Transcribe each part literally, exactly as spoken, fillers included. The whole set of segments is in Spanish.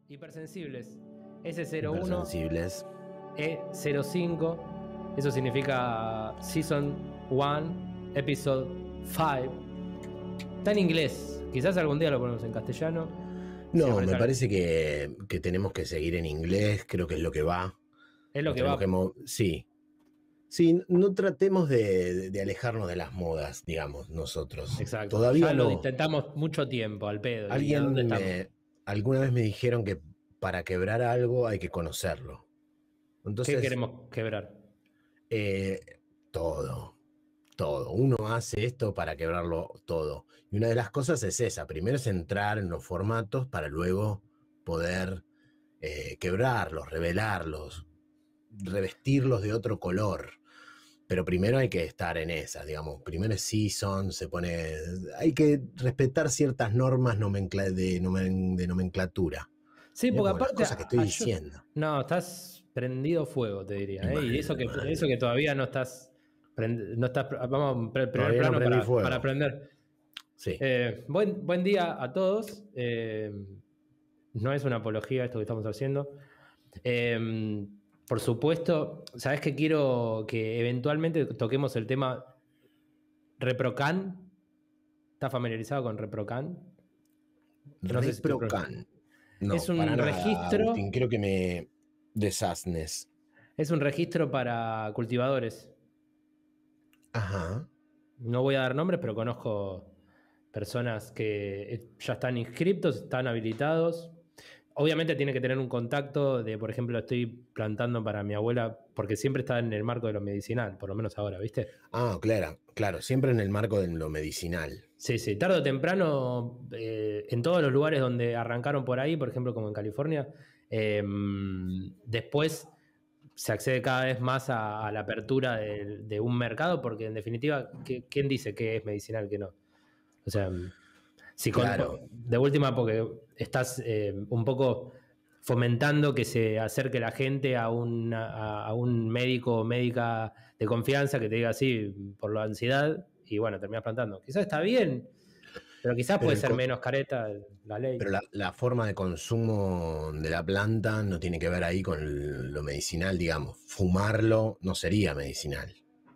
Hipersensibles. S cero uno. Hipersensibles. E cero cinco. Eso significa Season uno, Episode cinco. Está en inglés. Quizás algún día lo ponemos en castellano. No, me parece que, que tenemos que seguir en inglés. Creo que es lo que va. Es lo que va. Que sí. Sí, no tratemos de, de, de alejarnos de las modas, digamos, nosotros. Exacto. Todavía ya no. lo intentamos mucho tiempo al pedo. Alguien me, alguna vez me dijeron que para quebrar algo hay que conocerlo. Entonces, ¿qué queremos quebrar? Eh, todo. Todo. Uno hace esto para quebrarlo todo. Y una de las cosas es esa. Primero es entrar en los formatos para luego poder eh, quebrarlos, revelarlos, revestirlos de otro color. Pero primero hay que estar en esa, digamos. Primero es season, se pone... Hay que respetar ciertas normas nomencla de, nomen, de nomenclatura. Sí, porque aparte... Las cosas que estoy diciendo. No, estás prendido fuego, te diría. ¿eh? Y eso que, eso que todavía no estás... No estás vamos, primer plano no para, para aprender. Sí. Eh, buen, buen día a todos. Eh, no es una apología esto que estamos haciendo. Eh, por supuesto, sabes que quiero que eventualmente toquemos el tema ReproCan. ¿Estás familiarizado con ReproCan? No ReproCan. Si te... No, es un para registro. Nada, Agustín, creo que me desasnes. Es un registro para cultivadores. Ajá. No voy a dar nombres, pero conozco personas que ya están inscriptos, están habilitados. Obviamente tiene que tener un contacto de, por ejemplo, estoy plantando para mi abuela, porque siempre está en el marco de lo medicinal, por lo menos ahora, ¿viste? Ah, claro, claro, siempre en el marco de lo medicinal. Sí, sí, tarde o temprano, eh, en todos los lugares donde arrancaron por ahí, por ejemplo, como en California, eh, después se accede cada vez más a, a la apertura de, de un mercado, porque en definitiva, ¿quién dice que es medicinal, que no? O sea, si claro. con, de última, porque estás eh, un poco fomentando que se acerque la gente a, una, a, a un médico o médica de confianza que te diga así por la ansiedad, y bueno, terminas plantando. Quizás está bien, pero quizás pero puede ser menos careta la ley. Pero la, la forma de consumo de la planta no tiene que ver ahí con lo medicinal, digamos. Fumarlo no sería medicinal.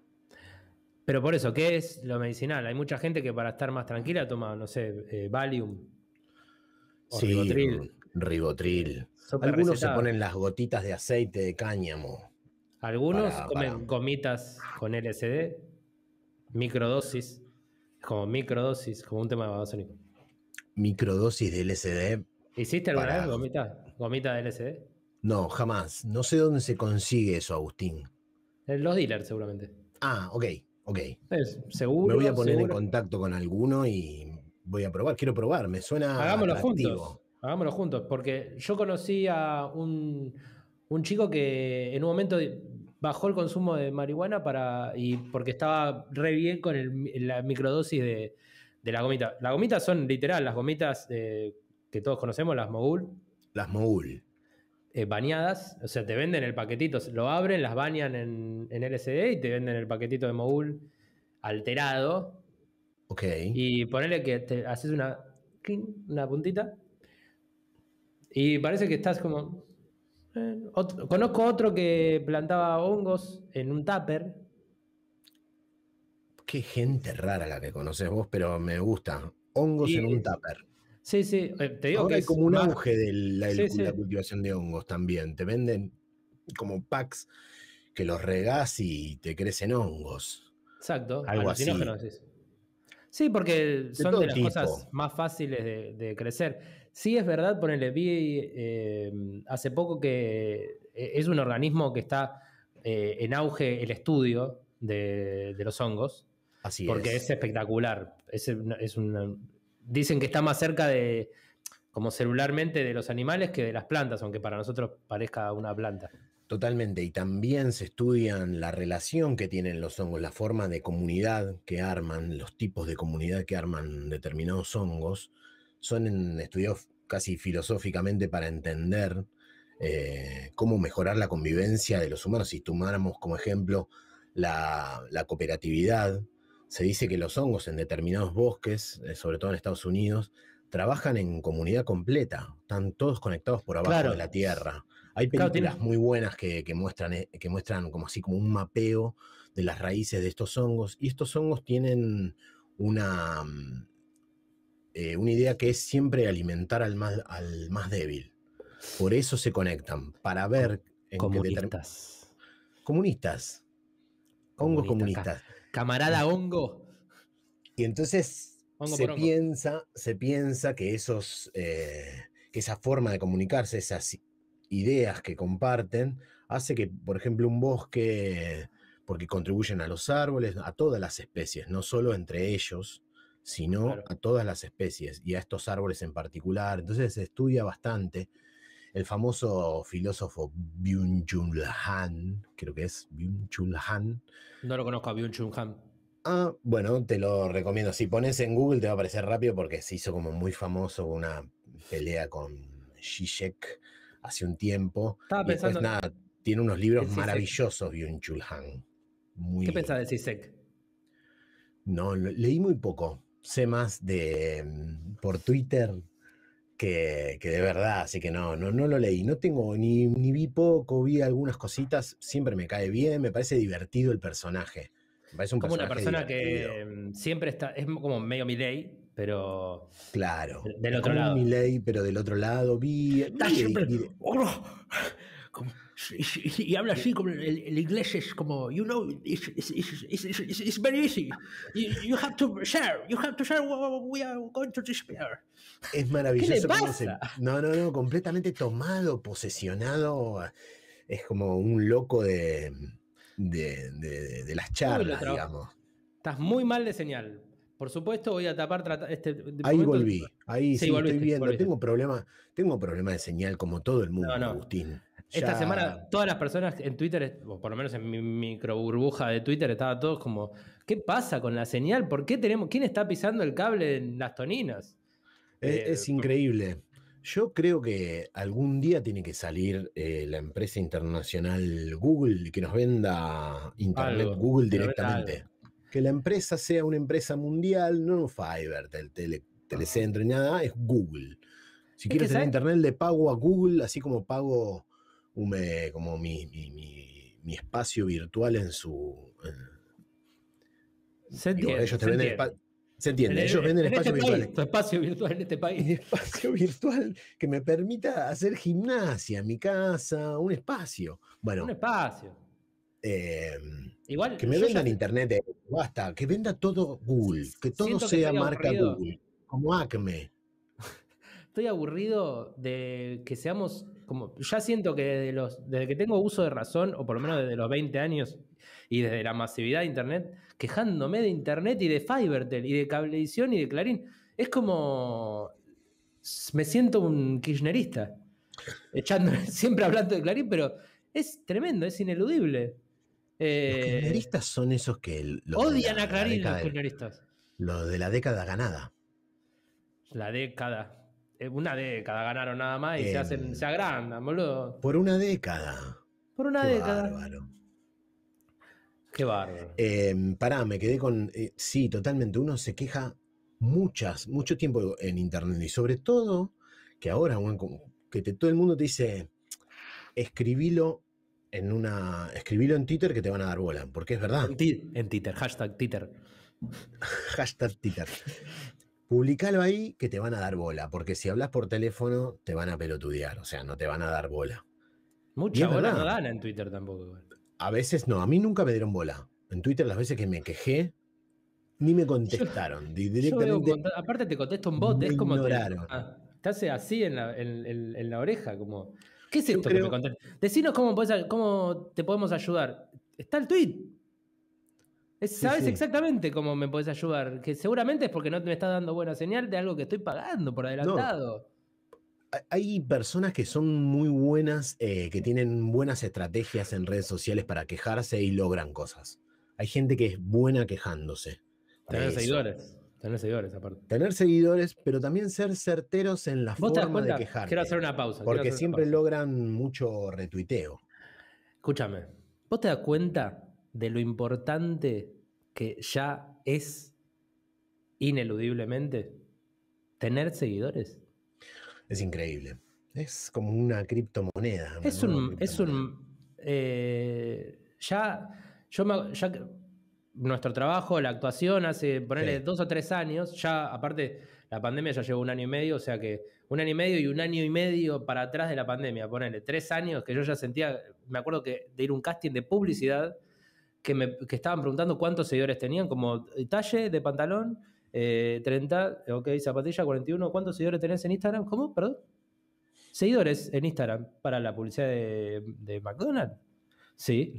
Pero por eso, ¿qué es lo medicinal? Hay mucha gente que para estar más tranquila toma, no sé, eh, Valium. O sí, Ribotril. Ribotril. Super Algunos recetado. Se ponen las gotitas de aceite de cáñamo. Algunos para, comen para... gomitas con L S D, microdosis. Como microdosis, como un tema de babasónico. Microdosis de L S D. ¿Hiciste alguna para... vez gomita? ¿Gomita de L S D? No, jamás. No sé dónde se consigue eso, Agustín. En los dealers, seguramente. Ah, ok, ok. Es, seguro. Me voy a poner seguro. en contacto con alguno y voy a probar. Quiero probar, me suena Hagámoslo atractivo. juntos. Hagámoslo juntos, porque yo conocí a un, un chico que en un momento bajó el consumo de marihuana para y porque estaba re bien con el, la microdosis de, de la gomita. Las gomitas son literal, las gomitas eh, que todos conocemos, las Mogul. Las Mogul. Eh, bañadas, o sea, te venden el paquetito, lo abren, las bañan en, en L S D y te venden el paquetito de Mogul alterado. Ok. Y ponele que te haces una, una puntita y parece que estás como... Eh, otro, conozco otro que plantaba hongos en un tupper. Qué gente rara la que conoces vos, pero me gusta. Hongos y, en un tupper. Sí, sí. Eh, te digo Ahora que hay es como un más... auge de la, sí, la sí. cultivación de hongos también. Te venden como packs que los regás y te crecen hongos. Exacto. Algo así. Sí, porque son de, de las tipo. cosas más fáciles de, de crecer. Sí, es verdad, ponele, vi eh, hace poco que es un organismo que está eh, en auge el estudio de, de los hongos. Así porque es. es espectacular. Es, es una, dicen que está más cerca de, como celularmente, de los animales que de las plantas, aunque para nosotros parezca una planta. Totalmente, y también se estudian la relación que tienen los hongos, la forma de comunidad que arman, los tipos de comunidad que arman determinados hongos, son estudiados casi filosóficamente para entender eh, cómo mejorar la convivencia de los humanos. Si tomáramos como ejemplo la, la cooperatividad, se dice que los hongos en determinados bosques, eh, sobre todo en Estados Unidos, trabajan en comunidad completa, están todos conectados por abajo Claro. de la tierra. Hay Claro, películas tiene- muy buenas que, que muestran, eh, que muestran como así como un mapeo de las raíces de estos hongos, y estos hongos tienen una, mm, eh, una idea que es siempre alimentar al más, al más débil. Por eso se conectan, para ver en qué determin- Comunistas. comunistas, hongos Comunistas. Ca- comunistas. Camarada hongo. Y entonces Hongo se por hongo. piensa, se piensa que esos, eh, que esa forma de comunicarse, esas ideas que comparten, hace que, por ejemplo, un bosque, porque contribuyen a los árboles, a todas las especies, no solo entre ellos, sino Claro. a todas las especies y a estos árboles en particular. Entonces se estudia bastante. El famoso filósofo Byung-Chul Han, creo que es Byung-Chul Han. No lo conozco a Byung-Chul Han. Ah, bueno, te lo recomiendo. Si pones en Google te va a aparecer rápido porque se hizo como muy famoso una pelea con Zizek hace un tiempo. Estaba Y después pensando nada, tiene unos libros en Zizek. maravillosos Byung-Chul Han. Muy, ¿Qué pensás de Zizek? No, lo- leí muy poco. Sé más de mm, por Twitter que, que de verdad, así que no, no, no lo leí. No tengo, ni, ni vi poco, vi algunas cositas. Siempre me cae bien, me parece divertido el personaje. Me parece un Como una personaje persona divertido. que mm, siempre está, es como medio Milei, pero Claro. del- del Es otro como un lado. Milei, pero del otro lado. Vi, Está vi- siempre. vi- "Oh", como- y, y- y habla así como el, el inglés es como, you know, it's, it's, it's, it's, it's- it's very easy. You, you have to share, you have to share what we are going to share. es ¿Qué maravilloso le cómo se. pasa? No, no, no, completamente tomado, posesionado. Es como un loco de, de, de- de las Uy, lo charlas, trabajo. digamos. Estás muy mal de señal. Por supuesto, voy a tapar trata- este Ahí momento. volví, ahí Sí, sí, volviste, estoy viendo. volviste. Tengo problema, tengo problema de señal como todo el mundo, No, no. Agustín. Esta Ya- semana todas las personas en Twitter, o por lo menos en mi micro burbuja de Twitter, estaban todos como, ¿qué pasa con la señal? ¿Por qué tenemos, quién está pisando el cable en las toninas? Es, Eh, es increíble. Yo creo que algún día tiene que salir eh, la empresa internacional Google y que nos venda Internet Algo, Google que nos venda directamente. Que la empresa sea una empresa mundial, no un Fiverr, del tele, telecentro ni nada, es Google. Si Es quiero que, tener ¿sabes? Internet, le pago a Google, así como pago un, eh, como mi, mi- mi- mi espacio virtual en su. en- Se digo, entiende, ellos te se venden entiende. espa- Se entiende, En, ellos venden en este espacios virtuales. país, tu espacio virtual en este Mi país. espacio virtual que me permita hacer gimnasia en mi casa, un espacio. Bueno, Un espacio. eh, Igual, que me yo ya vendan sé- internet, eh, basta, que venda todo Google, que todo siento que sea estoy marca aburrido. Google, como Acme. Estoy aburrido de que seamos como. Ya siento que desde, los, desde que tengo uso de razón, o por lo menos desde los veinte años, y desde la masividad de Internet, quejándome de Internet y de Fivertel, y de Cablevisión y de Clarín. Es como. Me siento un kirchnerista. Echando, siempre hablando de Clarín, pero es tremendo, es ineludible. Los Eh, kirchneristas son esos que los de odian la- a la Clarín década los de- kirchneristas. los de la década ganada. La década. Eh, Una década ganaron nada más y se Em, hacen, se agrandan, boludo. Por una década. Por una Qué década. bárbaro. Qué bárbaro. Eh, pará, me quedé con. eh, sí, totalmente. Uno se queja muchas, mucho tiempo en internet. Y sobre todo, que ahora bueno, como que te- todo el mundo te dice, escribilo en una. Escribilo en Twitter que te van a dar bola. Porque es verdad. En, ti- en Twitter, hashtag Twitter. Hashtag Twitter. Publicalo ahí que te van a dar bola. Porque si hablas por teléfono, te van a pelotudear. O sea, no te van a dar bola. Y Mucha es bola verdad. no dan en Twitter tampoco. igual. A veces no, a mí nunca me dieron bola. En Twitter, las veces que me quejé, ni me contestaron. Di- Yo veo directamente un montón- aparte te contesta un bot, me es como te, ignoraron. ah, te hace así en la, en, en- en la oreja, como, ¿qué es Yo esto que creo- me contesta? Decinos cómo, podés- cómo te podemos ayudar. Está el tweet. Es- Sí, Sabes sí. exactamente cómo me podés ayudar. Que seguramente es porque no me estás dando buena señal de algo que estoy pagando por adelantado. Ha- Hay personas que son muy buenas, eh, que tienen buenas estrategias en redes sociales para quejarse y logran cosas. Hay gente que es buena quejándose. de Tener eso. seguidores. Tener seguidores, aparte. Tener seguidores, pero también ser certeros en la ¿Vos te das forma de cuenta? quejarte. Quiero hacer una pausa. quiero Porque hacer una siempre pausa. logran mucho retuiteo. Escúchame, ¿vos te das cuenta de lo importante que ya es ineludiblemente ¿Tener seguidores? Es increíble. Es como una criptomoneda. Una Es un... Es un eh, ya, yo me, ya nuestro trabajo, la actuación, hace ponerle sí. dos o tres años, ya aparte la pandemia ya llevó un año y medio, o sea que un año y medio y un año y medio para atrás de la pandemia, ponerle tres años que yo ya sentía, me acuerdo que de ir a un casting de publicidad, que me que estaban preguntando cuántos seguidores tenían, como talle de pantalón, eh, treinta, ok, zapatilla, cuarenta y uno, ¿cuántos seguidores tenés en Instagram? ¿Cómo? Perdón. Seguidores en Instagram para la publicidad de, de McDonald's. Sí.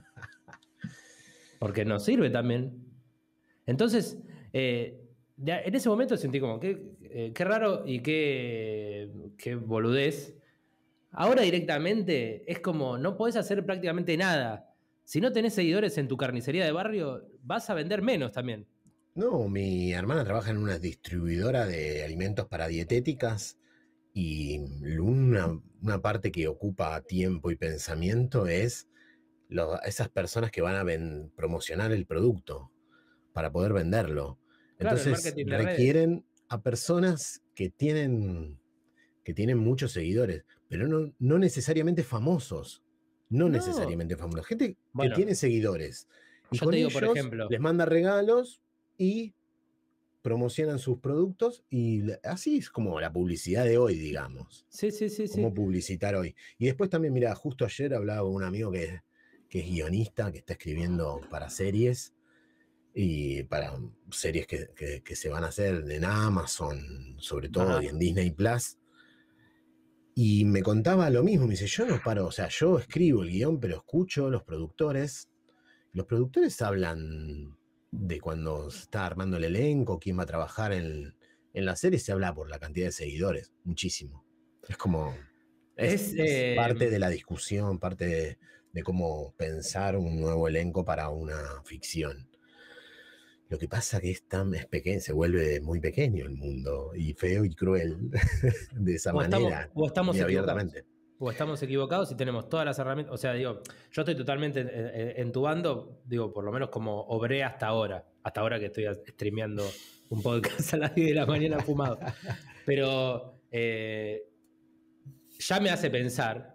Porque nos sirve también. Entonces, eh, de, en ese momento sentí como, qué, eh, qué raro y qué, qué boludez. Ahora directamente es como, no podés hacer prácticamente nada. Si no tenés seguidores en tu carnicería de barrio, vas a vender menos también. No, mi hermana trabaja en una distribuidora de alimentos para dietéticas y una, una parte que ocupa tiempo y pensamiento es lo, esas personas que van a ven, promocionar el producto para poder venderlo. Claro, entonces requieren a personas que tienen, que tienen muchos seguidores, pero no, no necesariamente famosos. No, no necesariamente famosos. Gente bueno, que tiene seguidores. Y yo con te digo, ellos por ejemplo, les manda regalos y promocionan sus productos y así es como la publicidad de hoy, digamos. Sí, sí, sí. Cómo sí. publicitar hoy. Y después también, mira, justo ayer hablaba con un amigo que, que es guionista, que está escribiendo para series y para series que, que, que se van a hacer en Amazon, sobre todo, Ajá. y en Disney Plus. Y me contaba lo mismo, me dice, yo no paro, o sea, yo escribo el guión, pero escucho los productores. Los productores hablan de cuando se está armando el elenco, quién va a trabajar en, en la serie, se habla por la cantidad de seguidores, muchísimo. Es como, es, es eh, parte de la discusión, parte de, de cómo pensar un nuevo elenco para una ficción. Lo que pasa que es tan es pequeño, se vuelve muy pequeño el mundo y feo y cruel de esa o manera. Estamos, o estamos y abiertamente. Equivocados. O estamos equivocados y tenemos todas las herramientas. O sea, digo, yo estoy totalmente en tu bando, digo, por lo menos como obré hasta ahora. Hasta ahora que estoy streameando un podcast a las diez de la mañana fumado. Pero eh, ya me hace pensar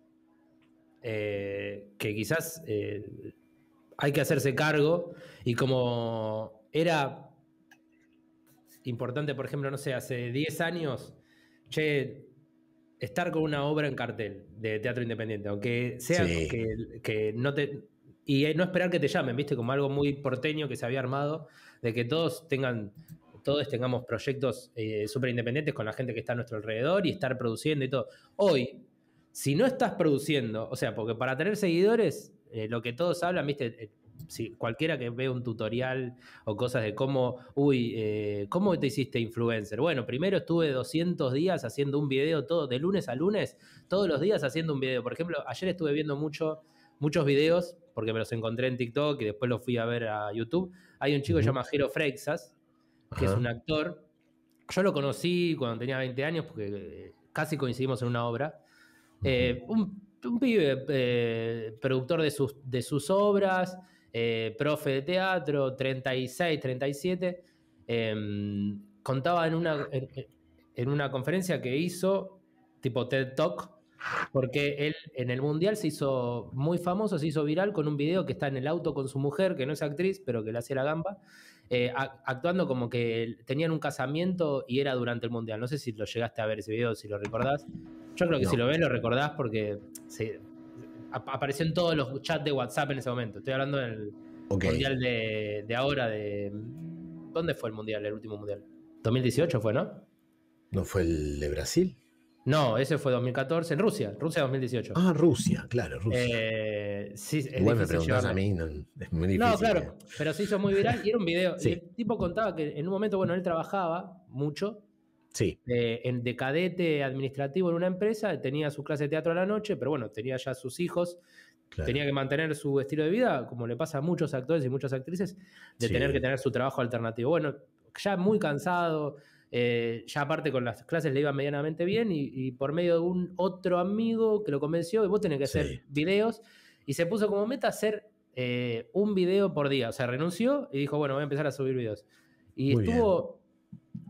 eh, que quizás eh, hay que hacerse cargo y como era importante, por ejemplo, no sé, hace diez años, che, estar con una obra en cartel de teatro independiente, aunque sea sí. que, que no te... Y no esperar que te llamen, ¿viste? Como algo muy porteño que se había armado, de que todos tengan, todos tengamos proyectos eh, súper independientes con la gente que está a nuestro alrededor y estar produciendo y todo. Hoy, si no estás produciendo, o sea, porque para tener seguidores, eh, lo que todos hablan, ¿viste? Eh, si cualquiera que ve un tutorial o cosas de cómo, uy, eh, ¿cómo te hiciste influencer? Bueno, primero estuve doscientos días haciendo un video todo, de lunes a lunes, todos los días haciendo un video. Por ejemplo, ayer estuve viendo mucho, muchos videos, porque me los encontré en TikTok y después los fui a ver a YouTube. Hay un chico uh-huh. que se llama Jero Freixas, que uh-huh. es un actor. Yo lo conocí cuando tenía veinte años, porque casi coincidimos en una obra. Uh-huh. Eh, un, un pibe, eh, productor de sus, de sus obras, Eh, profe de teatro, treinta y seis, treinta y siete, eh, contaba en una, en, en una conferencia que hizo, tipo TED Talk, porque él en el Mundial se hizo muy famoso, se hizo viral con un video que está en el auto con su mujer, que no es actriz, pero que le hacía la gamba, eh, actuando como que tenían un casamiento y era durante el Mundial. No sé si lo llegaste a ver ese video, si lo recordás. Yo creo que no. Si lo ves, lo recordás porque... Se, apareció en todos los chats de WhatsApp en ese momento. Estoy hablando del okay. Mundial de, de ahora, de... ¿Dónde fue el Mundial, el último Mundial? dos mil dieciocho fue, ¿no? ¿No fue el de Brasil? No, ese fue dos mil catorce, en Rusia, Rusia dos mil dieciocho. Ah, Rusia, claro, Rusia. Eh, sí, es Igual me preguntás a mí, no, es muy difícil. No, claro, eh. pero se hizo muy viral y era un video. Sí. Y el tipo contaba que en un momento, bueno, él trabajaba mucho. Sí. Eh, en, de cadete administrativo en una empresa, tenía su clase de teatro a la noche, pero bueno, tenía ya sus hijos, claro. Tenía que mantener su estilo de vida, como le pasa a muchos actores y muchas actrices, de sí. tener que tener su trabajo alternativo. Bueno, ya muy cansado, eh, ya aparte con las clases le iba medianamente bien y, y por medio de un otro amigo que lo convenció, y vos tenés que sí. hacer videos, y se puso como meta hacer eh, un video por día, o sea, renunció y dijo, bueno, voy a empezar a subir videos. Y muy estuvo... Bien.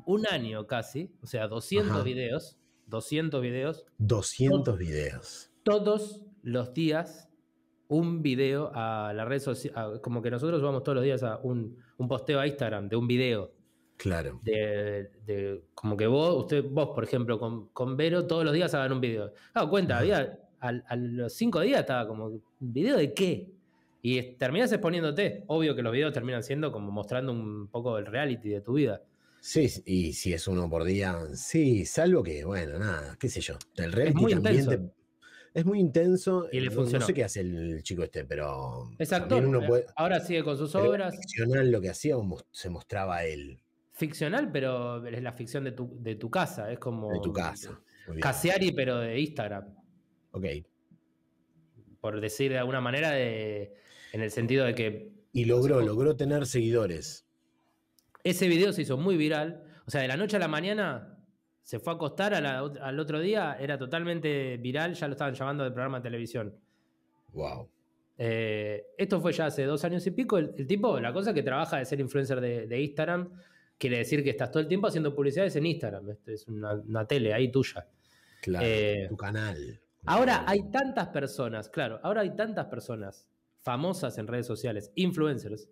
un año casi, o sea, doscientos Ajá. videos, doscientos videos, doscientos to- videos. todos los días un video a la red social, como que nosotros subamos todos los días a un, un posteo a Instagram de un video. Claro. De, de- como que vos, usted, vos, por ejemplo, con, con Vero, todos los días hagan un video. Dado cuenta, Ajá. había a, a los cinco días estaba como, ¿un video de qué? Y es- terminás exponiéndote. Obvio que los videos terminan siendo como mostrando un poco el reality de tu vida. Sí, y si es uno por día, sí, salvo que, bueno, nada, qué sé yo. El Es reality muy también intenso. te- es muy intenso. Y le No, no sé funcionó. qué hace el chico este, pero Es también actor. uno eh, puede. Ahora sigue con sus Pero era obras. ficcional lo que hacía o mos- se mostraba a él Ficcional, pero es la ficción de tu, de tu casa. Es de tu como casa. Muy bien. Casiari, pero de Instagram. Ok. Por decir de alguna manera, de, en el sentido de que Y logró, logró tener seguidores. ese video se hizo muy viral. O sea, de la noche a la mañana se fue a acostar, a la- al otro día era totalmente viral, ya lo estaban llamando de programa de televisión. Wow. Eh, esto fue ya hace dos años y pico. El, el tipo, la cosa es que trabaja de ser influencer de, de Instagram, quiere decir que estás todo el tiempo haciendo publicidades en Instagram. Esto es una, una tele ahí tuya. Claro. Eh, Tu canal. Ahora hay tantas personas, claro, ahora hay tantas personas famosas en redes sociales, influencers,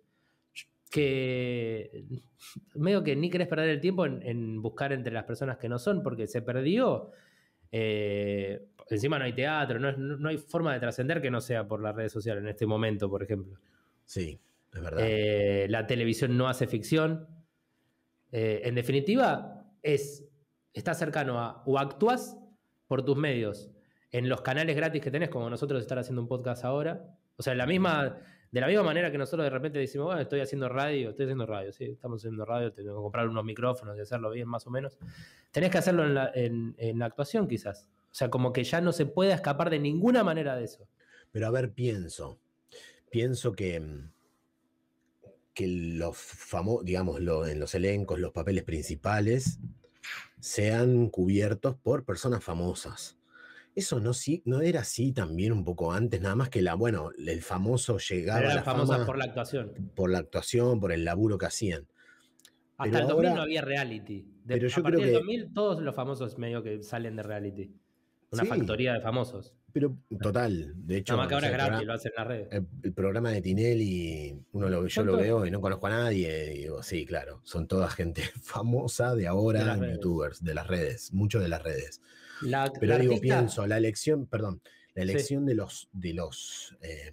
que medio que ni querés perder el tiempo en, en buscar entre las personas que no son, porque se perdió. Eh, encima no hay teatro, no, es- no hay forma de trascender que no sea por las redes sociales en este momento, por ejemplo. Sí, es verdad. Eh, la televisión no hace ficción. Eh, en definitiva, es, estás cercano a o actúas por tus medios en los canales gratis que tenés, como nosotros estar haciendo un podcast ahora. O sea, la misma, de la misma manera que nosotros de repente decimos, bueno, estoy haciendo radio, estoy haciendo radio, sí, estamos haciendo radio, tengo que comprar unos micrófonos y hacerlo bien más o menos. Tenés que hacerlo en la, en, en la actuación quizás. O sea, como que ya no se puede escapar de ninguna manera de eso. Pero a ver, pienso. Pienso que, que los famosos, digamos, lo, en los elencos, los papeles principales, sean cubiertos por personas famosas. Eso no, sí, no era así también un poco antes, nada más que la, bueno, el famoso llegaba Pero a eran la famosas fama por la actuación. por la actuación, por el laburo que hacían. Hasta Pero el dos mil no ahora, había reality. De- pero a yo creo partir del que dos mil todos los famosos medio que salen de reality. Una sí, factoría de famosos. pero total, de hecho, Nada más que no ahora sé, es el, gratis, programa, lo hacen en las redes. el, el programa de Tinelli, uno lo, yo Son lo todos veo y no conozco a nadie, y digo, sí, claro, son toda gente famosa de de ahora, las redes. youtubers, de las redes, muchos de las redes. La, Pero la digo, artista, pienso, la elección, perdón, la sí. elección de los, de los, eh,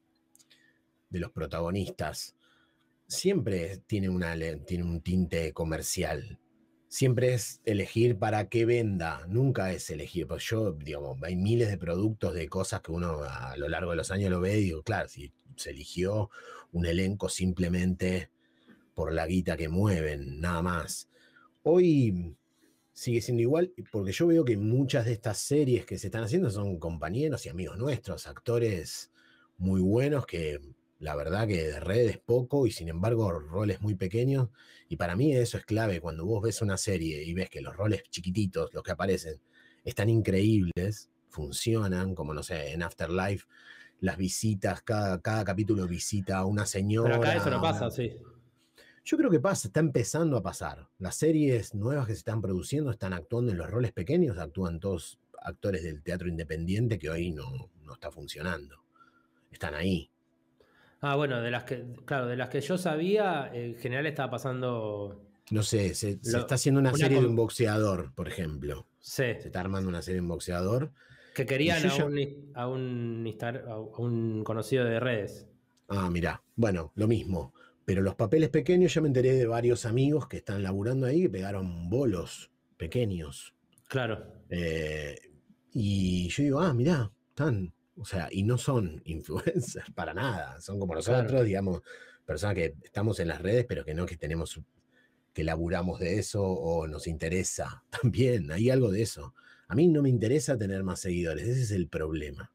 de los protagonistas siempre tiene, una, le- tiene un tinte comercial. Siempre es elegir para qué venda, nunca es elegir. Pues yo, digamos, hay miles de productos, de cosas que uno a lo largo de los años lo ve y digo, claro, si se eligió un elenco simplemente por la guita que mueven, nada más. Hoy sigue siendo igual, porque yo veo que muchas de estas series que se están haciendo son compañeros y amigos nuestros, actores muy buenos que la verdad que de redes poco y sin embargo roles muy pequeños. Y para mí eso es clave. Cuando vos ves una serie y ves que los roles chiquititos, los que aparecen, están increíbles, funcionan, como no sé, en Afterlife, las visitas, cada, cada capítulo visita a una Pero acá eso señora, no pasa, una... sí. Yo creo que pasa, está empezando a pasar. Las series nuevas que se están produciendo están actuando en los roles pequeños, actúan todos actores del teatro independiente que hoy no, no está funcionando. Están ahí. Ah, bueno, de las que, claro, de las que yo sabía, en general estaba pasando. No sé, se, se Lo- está haciendo una, una serie de com- un boxeador, por ejemplo. Sí, Se está armando una serie de un boxeador. que Y querían yo a ya... un, a un, instar- a un conocido de redes. Ah, mirá. Bueno, lo mismo. Pero los papeles pequeños, ya me enteré de varios amigos que están laburando ahí, que pegaron bolos pequeños. Claro. Eh, y yo digo, ah, mirá, están... O sea, y no son influencers para nada. Son como nosotros, Claro. digamos, personas que estamos en las redes, pero que no que tenemos, que laburamos de eso o nos interesa. También, hay algo de eso. A mí no me interesa tener más seguidores, ese es el problema.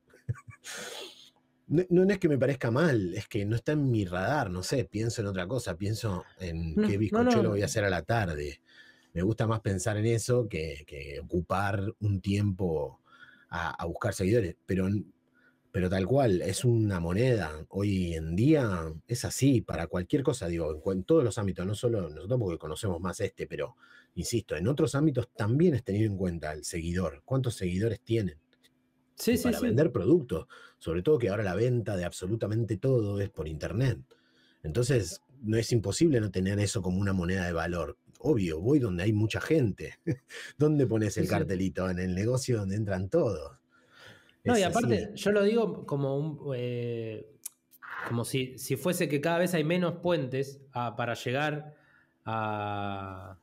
No, no es que me parezca mal, es que no está en mi radar, no sé, pienso en otra cosa, pienso en No, qué no, bizcochuelo no. voy a hacer a la tarde. Me gusta más pensar en eso que, que ocupar un tiempo a, a buscar seguidores, pero, pero tal cual, es una moneda. Hoy en día es así, para cualquier cosa, digo, en, en todos los ámbitos, no solo nosotros porque conocemos más este, pero insisto, en otros ámbitos también es tenido en cuenta el seguidor, cuántos seguidores tienen. Sí, y sí, para sí. vender productos, sobre todo que ahora la venta de absolutamente todo es por internet. Entonces, no es imposible no tener eso como una moneda de valor. Obvio, voy donde hay mucha gente. ¿Dónde pones Sí, el sí. cartelito? En el negocio donde entran todos. No, y Es aparte, así. yo lo digo como un, eh, como si, si fuese que cada vez hay menos puentes a- para llegar a,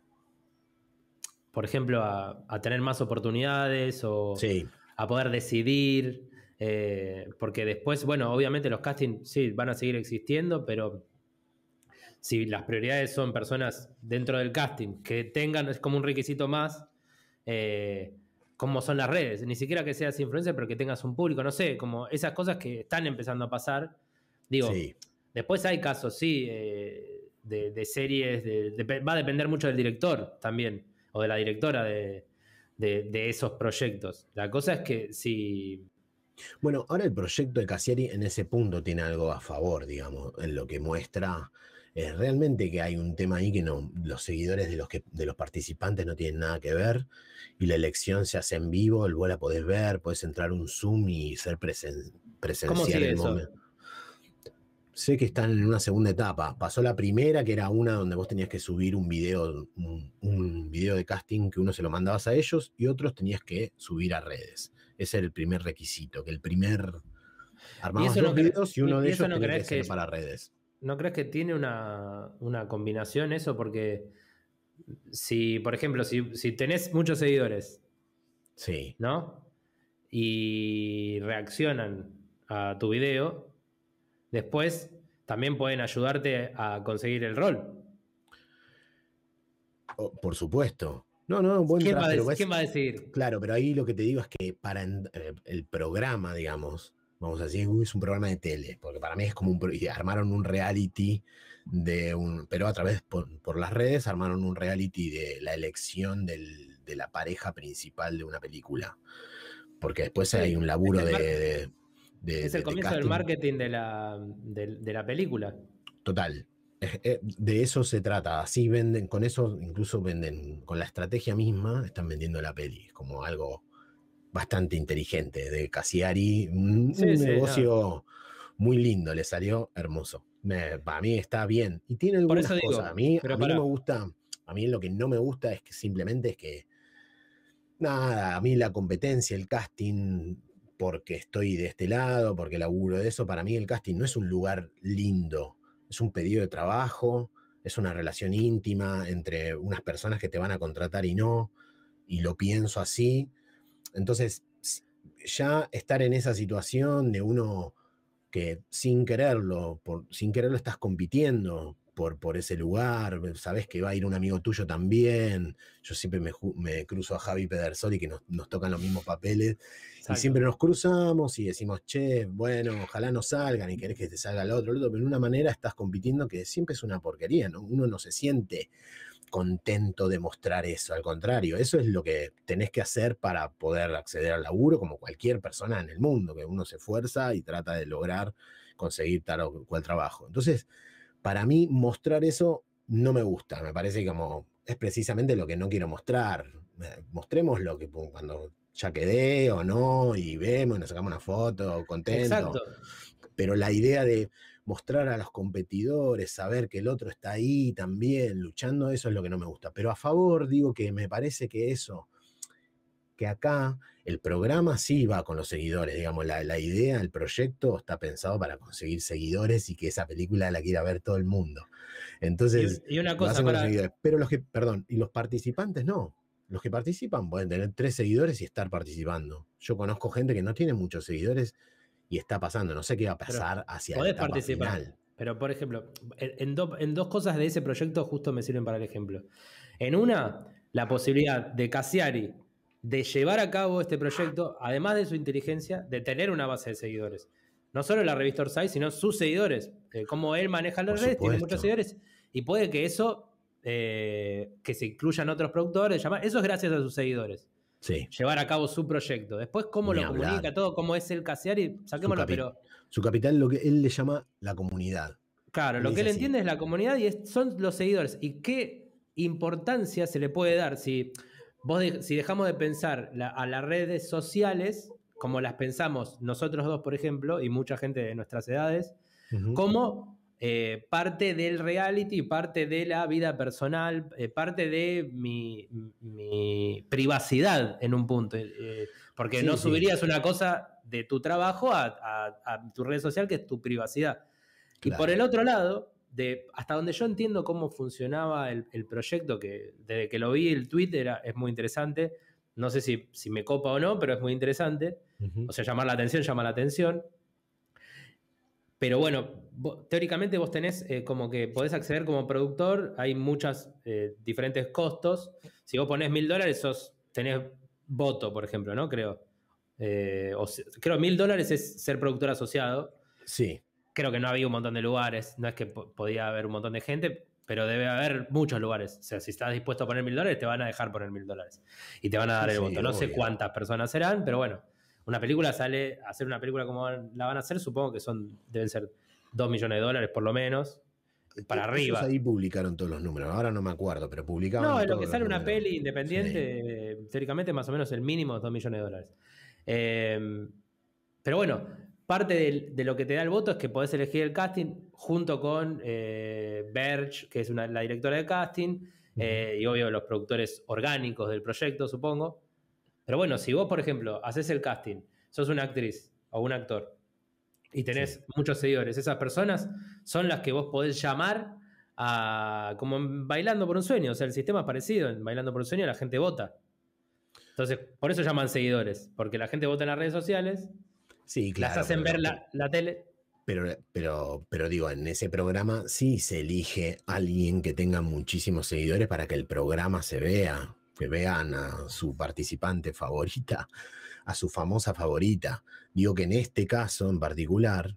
por ejemplo, a, a tener más oportunidades o Sí, a poder decidir. eh, porque después, bueno, obviamente los castings sí van a seguir existiendo, pero si las prioridades son personas dentro del casting que tengan, es como un requisito más, eh, como son las redes, ni siquiera que seas influencer, pero que tengas un público, no sé, como esas cosas que están empezando a pasar. Digo, sí. después hay casos, sí, eh, de, de series, de, de, va a depender mucho del director también, o de la directora de, de, de esos proyectos. La cosa es que si... Bueno, ahora el proyecto de Cassiari en ese punto tiene algo a favor, digamos, en lo que muestra es realmente que hay un tema ahí que no, los seguidores de los, que, de los participantes no tienen nada que ver y la elección se hace en vivo, vos la podés ver, podés entrar a un Zoom y ser presen, ¿Cómo presenciar sigue el eso? momento. Sé que están en una segunda etapa. Pasó la primera, que era una donde vos tenías que subir un video, un, un video de casting que uno se lo mandabas a ellos y otros tenías que subir a redes. Ese era el primer requisito, que el primer ¿Y armabas eso dos no, cre videos y uno y, de y eso ellos no tenía crees que que ser para redes. no crees que tiene una, una combinación eso? Porque si, por ejemplo, si, si tenés muchos seguidores, Sí. ¿no? Y reaccionan a tu video, después también pueden ayudarte a conseguir el rol. Oh, por supuesto. No, no, buen ¿Quién va trabajo, a, pero dec- ves, quién va a decidir? claro, pero ahí lo que te digo es que para en- eh, el programa, digamos, vamos a decir, uy, es un programa de tele, porque para mí es como un, pro- y armaron un reality de un, pero a través, por, por las redes, armaron un reality de la elección del- de la pareja principal de una película, porque después hay Sí, un es laburo el, de, mar- de, de- es el de- de comienzo del casting marketing de la, de, de la película. total. Eh, eh, De eso se trata. Así venden, con eso incluso venden, con la estrategia misma, están vendiendo la peli. Es como algo bastante inteligente de Cassiari. Un, Sí, un sí, no. negocio muy lindo, le salió hermoso. Me- para mí está bien. Y tiene Por algunas eso cosas. A digo, mí, a pero mí no me pará. gusta, a mí lo que no me gusta es que simplemente es que, nada, a mí la competencia, el casting, porque estoy de este lado, porque laburo de eso, para mí el casting no es un lugar lindo, es un pedido de trabajo, es una relación íntima entre unas personas que te van a contratar y no, y lo pienso así. Entonces, s- ya estar en esa situación de uno que sin quererlo, por, sin quererlo estás compitiendo por, por ese lugar, sabes que va a ir un amigo tuyo también, yo siempre me, ju- me cruzo a Javi Pedersoli que nos, nos tocan los mismos papeles y Exacto. siempre nos cruzamos y decimos, che, bueno, ojalá no salgan y querés que te salga el otro, el otro, pero de una manera estás compitiendo que siempre es una porquería, ¿no? Uno no se siente contento de mostrar eso, al contrario, eso es lo que tenés que hacer para poder acceder al laburo como cualquier persona en el mundo, que uno se esfuerza y trata de lograr conseguir tal o cual trabajo. Entonces, para mí mostrar eso no me gusta, me parece como es precisamente lo que no quiero mostrar. Eh, Mostremos lo que pum, cuando ya quedé o no y vemos, nos sacamos una foto contento, Exacto. pero la idea de mostrar a los competidores, saber que el otro está ahí también luchando, eso es lo que no me gusta. Pero a favor digo que me parece que eso, que acá el programa sí va con los seguidores, digamos, la, la idea, el proyecto está pensado para conseguir seguidores y que esa película la quiera ver todo el mundo. Y, Entonces, y una lo cosa hacen con los para... seguidores. Pero los que, perdón, y los participantes no. Los que participan pueden tener tres seguidores y estar participando. Yo conozco gente que no tiene muchos seguidores y está pasando. No sé qué va a Pero pasar hacia la podés etapa participar. final. Pero, por ejemplo, en, en do- en dos cosas de ese proyecto justo me sirven para el ejemplo. En una, la posibilidad de Cassiari de llevar a cabo este proyecto, además de su inteligencia, de tener una base de seguidores. No solo la revista Orsay, sino sus seguidores. Eh, como él maneja Por las redes, tiene muchos supuesto. seguidores. Y puede que eso, eh, que se incluyan otros productores, llamar, eso es gracias a sus seguidores. Sí, Llevar a cabo su proyecto. Después, cómo ni lo comunica hablar. todo, cómo es el Cassiari, Su, saquémoslo, capi- pero su capital, lo que él le llama la comunidad. claro, Él le lo que dice él así. entiende es la comunidad y es- son los seguidores. ¿Y qué importancia se le puede dar si, vos de, si dejamos de pensar la, a las redes sociales como las pensamos nosotros dos, por ejemplo, y mucha gente de nuestras edades, uh-huh. como eh, parte del reality, parte de la vida personal, eh, parte de mi, mi privacidad en un punto. Eh, porque sí, no subirías sí. una cosa de tu trabajo a, a, a tu red social, que es tu privacidad. Claro. Y por el otro lado, de, hasta donde yo entiendo cómo funcionaba el, el proyecto, que desde que lo vi, el tweet era, es muy interesante. No sé si, si me copa o no, pero es muy interesante. Uh-huh. O sea, llamar la atención, llama la atención. Pero bueno, vos, teóricamente vos tenés eh, como que podés acceder como productor, hay muchos eh, diferentes costos. Si vos ponés mil dólares, sos, tenés voto, por ejemplo, ¿no? Creo. Eh, o sea, creo mil dólares es ser productor asociado. Sí. Creo que no había un montón de lugares, no es que po- podía haber un montón de gente, pero debe haber muchos lugares. O sea, si estás dispuesto a poner mil dólares, te van a dejar poner mil dólares. Y te van a dar sí, el voto. No obvio. sé cuántas personas serán, pero bueno. Una película sale, hacer una película como la van a hacer, supongo que son deben ser dos millones de dólares por lo menos, para Ellos arriba. Ahí publicaron todos los números, ahora no me acuerdo, pero publicaban No, todos lo que sale una números. peli independiente, sí. Teóricamente más o menos el mínimo es dos millones de dólares. Eh, pero bueno, parte de, de lo que te da el voto es que podés elegir el casting junto con eh, Verge, que es una, la directora de casting, uh-huh. eh, y obvio los productores orgánicos del proyecto, supongo. Pero bueno, si vos, por ejemplo, haces el casting, sos una actriz o un actor y tenés sí. muchos seguidores, esas personas son las que vos podés llamar a, como en Bailando por un Sueño. O sea, el sistema es parecido. En Bailando por un Sueño la gente vota. Entonces, por eso llaman seguidores, porque la gente vota en las redes sociales, sí, claro, las hacen pero, ver la, la tele. Pero, pero, pero digo, en ese programa sí se elige a alguien que tenga muchísimos seguidores para que el programa se vea. Que vean a su participante favorita, a su famosa favorita. Digo que en este caso en particular,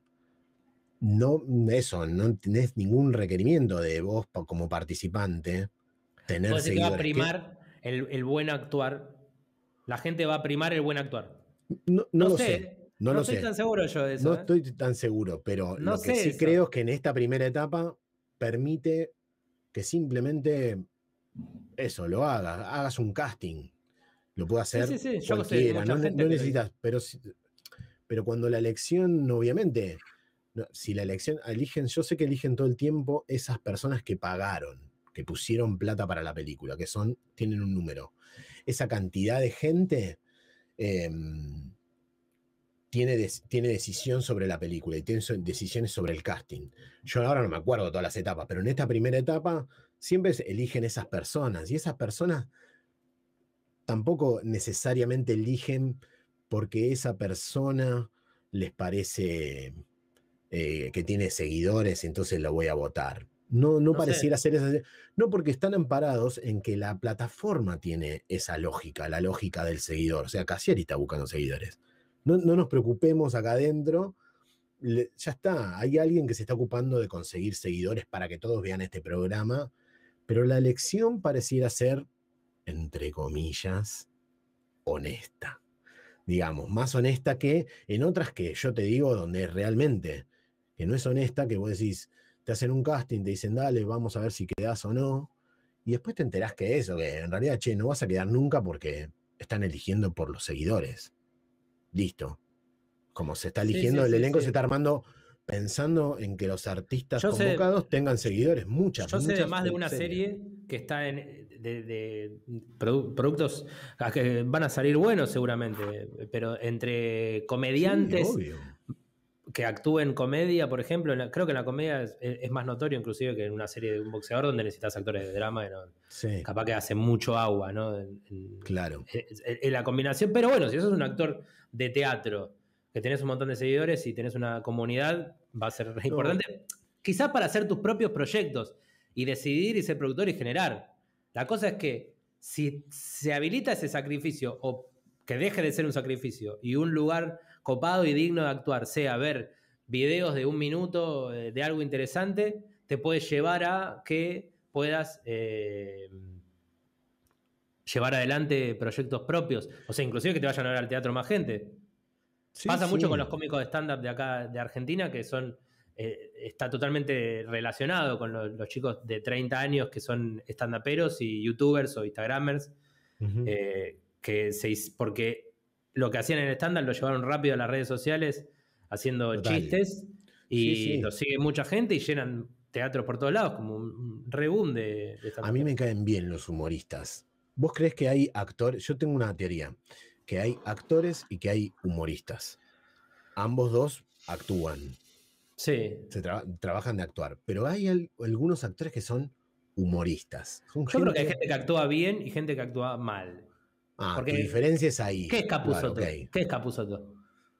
no, eso, no tenés ningún requerimiento de vos como participante tener ¿Vos decís seguidores. que va a primar que... el, el buen actuar? La gente va a primar el buen actuar. No, no, no lo sé. sé. No, no lo estoy sé. tan seguro yo de eso. No ¿eh? estoy tan seguro, pero no lo que sí eso. creo es que en esta primera etapa permite que simplemente eso, lo hagas, hagas un casting. Lo puede hacer sí, sí, sí. cualquiera, no, no necesitas, pero, pero cuando la elección, obviamente, si la elección, eligen, yo sé que eligen todo el tiempo esas personas que pagaron, que pusieron plata para la película, que son, tienen un número. Esa cantidad de gente eh, tiene, des, tiene decisión sobre la película y tiene decisiones sobre el casting. Yo ahora no me acuerdo de todas las etapas, pero en esta primera etapa siempre eligen esas personas, y esas personas tampoco necesariamente eligen porque esa persona les parece eh, que tiene seguidores, entonces la voy a votar. No, no, no pareciera sé. ser esa. No, porque están amparados en que la plataforma tiene esa lógica, la lógica del seguidor. O sea, Cassiari está buscando seguidores. No, no nos preocupemos acá adentro. Le, ya está, hay alguien que se está ocupando de conseguir seguidores para que todos vean este programa, pero la elección pareciera ser, entre comillas, honesta. Digamos, más honesta que en otras que yo te digo donde realmente, que no es honesta, que vos decís, te hacen un casting, te dicen, dale, vamos a ver si quedás o no, y después te enterás que eso, que en realidad, che, no vas a quedar nunca porque están eligiendo por los seguidores. Listo. Como se está eligiendo, sí, sí, el elenco sí, sí. se está armando pensando en que los artistas yo convocados sé, tengan seguidores, muchas. Yo muchas sé de más de una serie, serie que está en de, de produ productos que van a salir buenos seguramente, pero entre comediantes sí, que actúen comedia, por ejemplo, la, creo que en la comedia es, es más notorio inclusive que en una serie de un boxeador donde necesitas actores de drama, ¿no? Sí. Capaz que hace mucho agua, ¿no? En, en, claro. En, en la combinación, pero bueno, si sos un actor de teatro, que tenés un montón de seguidores y tenés una comunidad, va a ser re importante. No. Quizás para hacer tus propios proyectos y decidir y ser productor y generar. La cosa es que si se habilita ese sacrificio o que deje de ser un sacrificio y un lugar copado y digno de actuar sea ver videos de un minuto de algo interesante, te puede llevar a que puedas eh, llevar adelante proyectos propios. O sea, inclusive que te vayan a ver al teatro más gente. Sí, Pasa sí. mucho con los cómicos de stand-up de acá, de Argentina, que son eh, está totalmente relacionado con lo, los chicos de treinta años que son stand-uperos y youtubers o instagramers, Ujú. eh, que se, porque lo que hacían en el stand-up lo llevaron rápido a las redes sociales haciendo Total. chistes y Sí, sí. lo sigue mucha gente y llenan teatros por todos lados, como un reboom de, de A mí me caen bien los humoristas. ¿Vos crees que hay actores? Yo tengo una teoría, que hay actores y que hay humoristas. Ambos dos actúan, Sí. se tra- trabajan de actuar, pero hay al- algunos actores que son humoristas. Son Yo creo que hay gente... gente que actúa bien y gente que actúa mal. Ah, Porque, tu diferencia es ahí. ¿qué es Capusotto? Claro, ok. ¿Qué es Capusotto?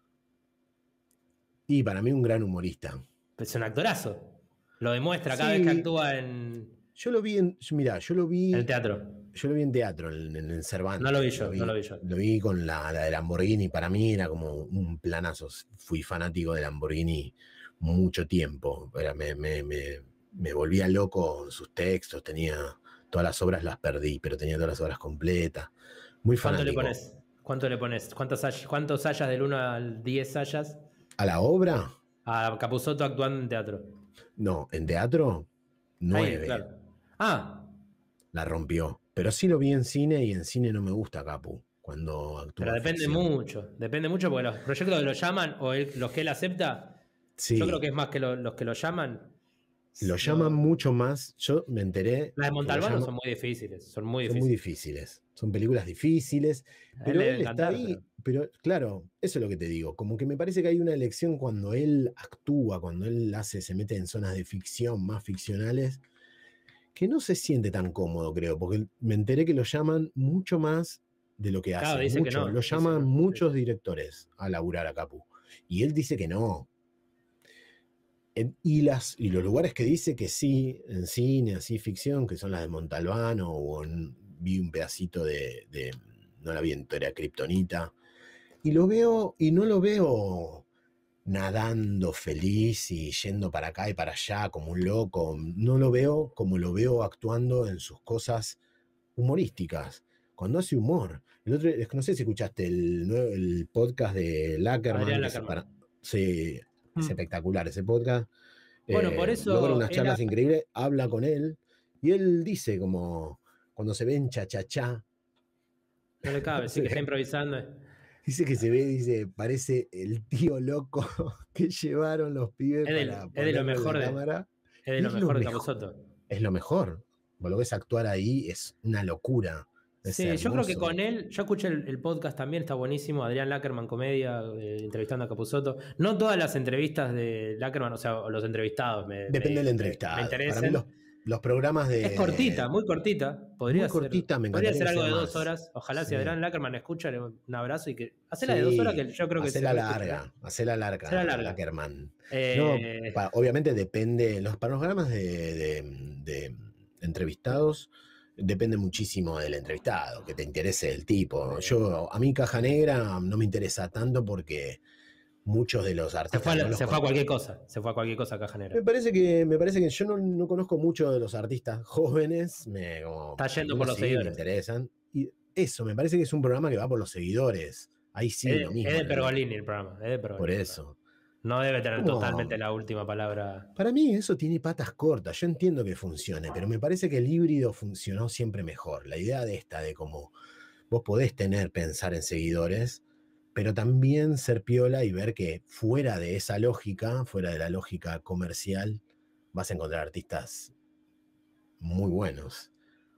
Y para mí un gran humorista. Es un actorazo. Lo demuestra cada Sí. vez que actúa en, Yo lo vi en... Mirá, yo lo vi... en el teatro. Yo lo vi en teatro, en, en el Cervantes. No lo vi yo, no lo vi yo. Lo vi con la, la de Lamborghini. Para mí era como un planazo. Fui fanático de Lamborghini mucho tiempo. Era, me, me, me, me volvía loco sus textos. Tenía todas las obras, las perdí, pero tenía todas las obras completas. Muy ¿Cuánto le fanático. pones? ¿Cuánto le pones? ¿Cuántos hayas, cuántos hayas del uno al diez hayas ¿A la obra? a Capusotto actuando en teatro? No, en teatro, nueve. Ahí, claro. Ah, La rompió. Pero sí lo vi en cine y en cine no me gusta Capu cuando actúa. pero depende ficción. mucho. Depende mucho porque los proyectos que lo llaman o él- los que él acepta, Sí, yo creo que es más que lo- los que lo llaman. lo llaman mucho más. Yo me enteré. Las de que lo Montalbano llaman- son muy difíciles. Son muy son difíciles. muy difíciles. Son películas difíciles. A él Pero le él debe está encantar, ahí. pero- Pero claro, eso es lo que te digo. Como que me parece que hay una elección cuando él actúa, cuando él hace, se mete en zonas de ficción más ficcionales, que no se siente tan cómodo, creo, porque me enteré que lo llaman mucho más de lo que Claro, hace. dice que Mucho. no, Lo dice llaman que no, muchos directores a laburar a Capu. Y él dice que no. En- y, las, y los lugares que dice que sí, en cine, así ficción, que son las de Montalbano, o en- vi un pedacito de, de- no la vi entera, Kryptonita, y lo veo, y no lo veo nadando feliz y yendo para acá y para allá como un loco, no lo veo como lo veo actuando en sus cosas humorísticas, cuando hace humor. El otro, es que no sé si escuchaste el, nuevo- el podcast de Lackerman, Adrián que se Lackerman. para- sí, es Mm. espectacular ese podcast. Bueno, por Eh, eso logra unas él charlas ha- increíbles, habla con él y él dice como cuando se ven cha-cha-cha, no le cabe, sí que está improvisando. dice que se ve, dice, parece el tío loco que llevaron los pibes Es de, para es de lo ponerlo en mejor la de, cámara. es de Y lo es lo mejor de mejor. Capusotto. Es lo mejor. Vos lo ves actuar ahí, es una locura. Es Sí, yo creo que hermoso. con él, yo escuché el, el podcast también, está buenísimo, Adrián Lackerman Comedia, eh, entrevistando a Capusotto. No todas las entrevistas de Lackerman, o sea, o los entrevistados me, Depende me- del me- entrevistado. me Para interesan. mí los, los programas de... Es cortita, muy cortita. Podría Muy ser, cortita, me podría encantaría ser que algo sea de más. dos horas. Ojalá Sí. si Adrián Lackerman escucha, le- un abrazo y que. Hacela de Sí, dos horas que yo creo que hacela se larga, hacela larga, Hacela larga. Lackerman. Eh, No, pa- obviamente depende, los programas de, de- de entrevistados depende muchísimo del entrevistado, que te interese el tipo. Yo, a mí Caja Negra no me interesa tanto porque muchos de los se artistas fue, a, no la- los se fue a con- cualquier cosa. Se fue a cualquier cosa Caja Negra. Me parece que, me parece que yo no, no conozco mucho de los artistas jóvenes, me, como, Está yendo algunos por los sí, me seguidores. interesan. Y eso, me parece que es un programa que va por los seguidores. Ahí sí, es, de- lo mismo. es de ¿no? Pergolini el programa. Es de Pergolini. Por eso. No debe tener ¿Cómo? totalmente la última palabra. Para mí eso tiene patas cortas. Yo entiendo que funcione, pero me parece que el híbrido funcionó siempre mejor. La idea de esta, de cómo vos podés tener, pensar en seguidores, pero también ser piola y ver que fuera de esa lógica, fuera de la lógica comercial, vas a encontrar artistas muy buenos.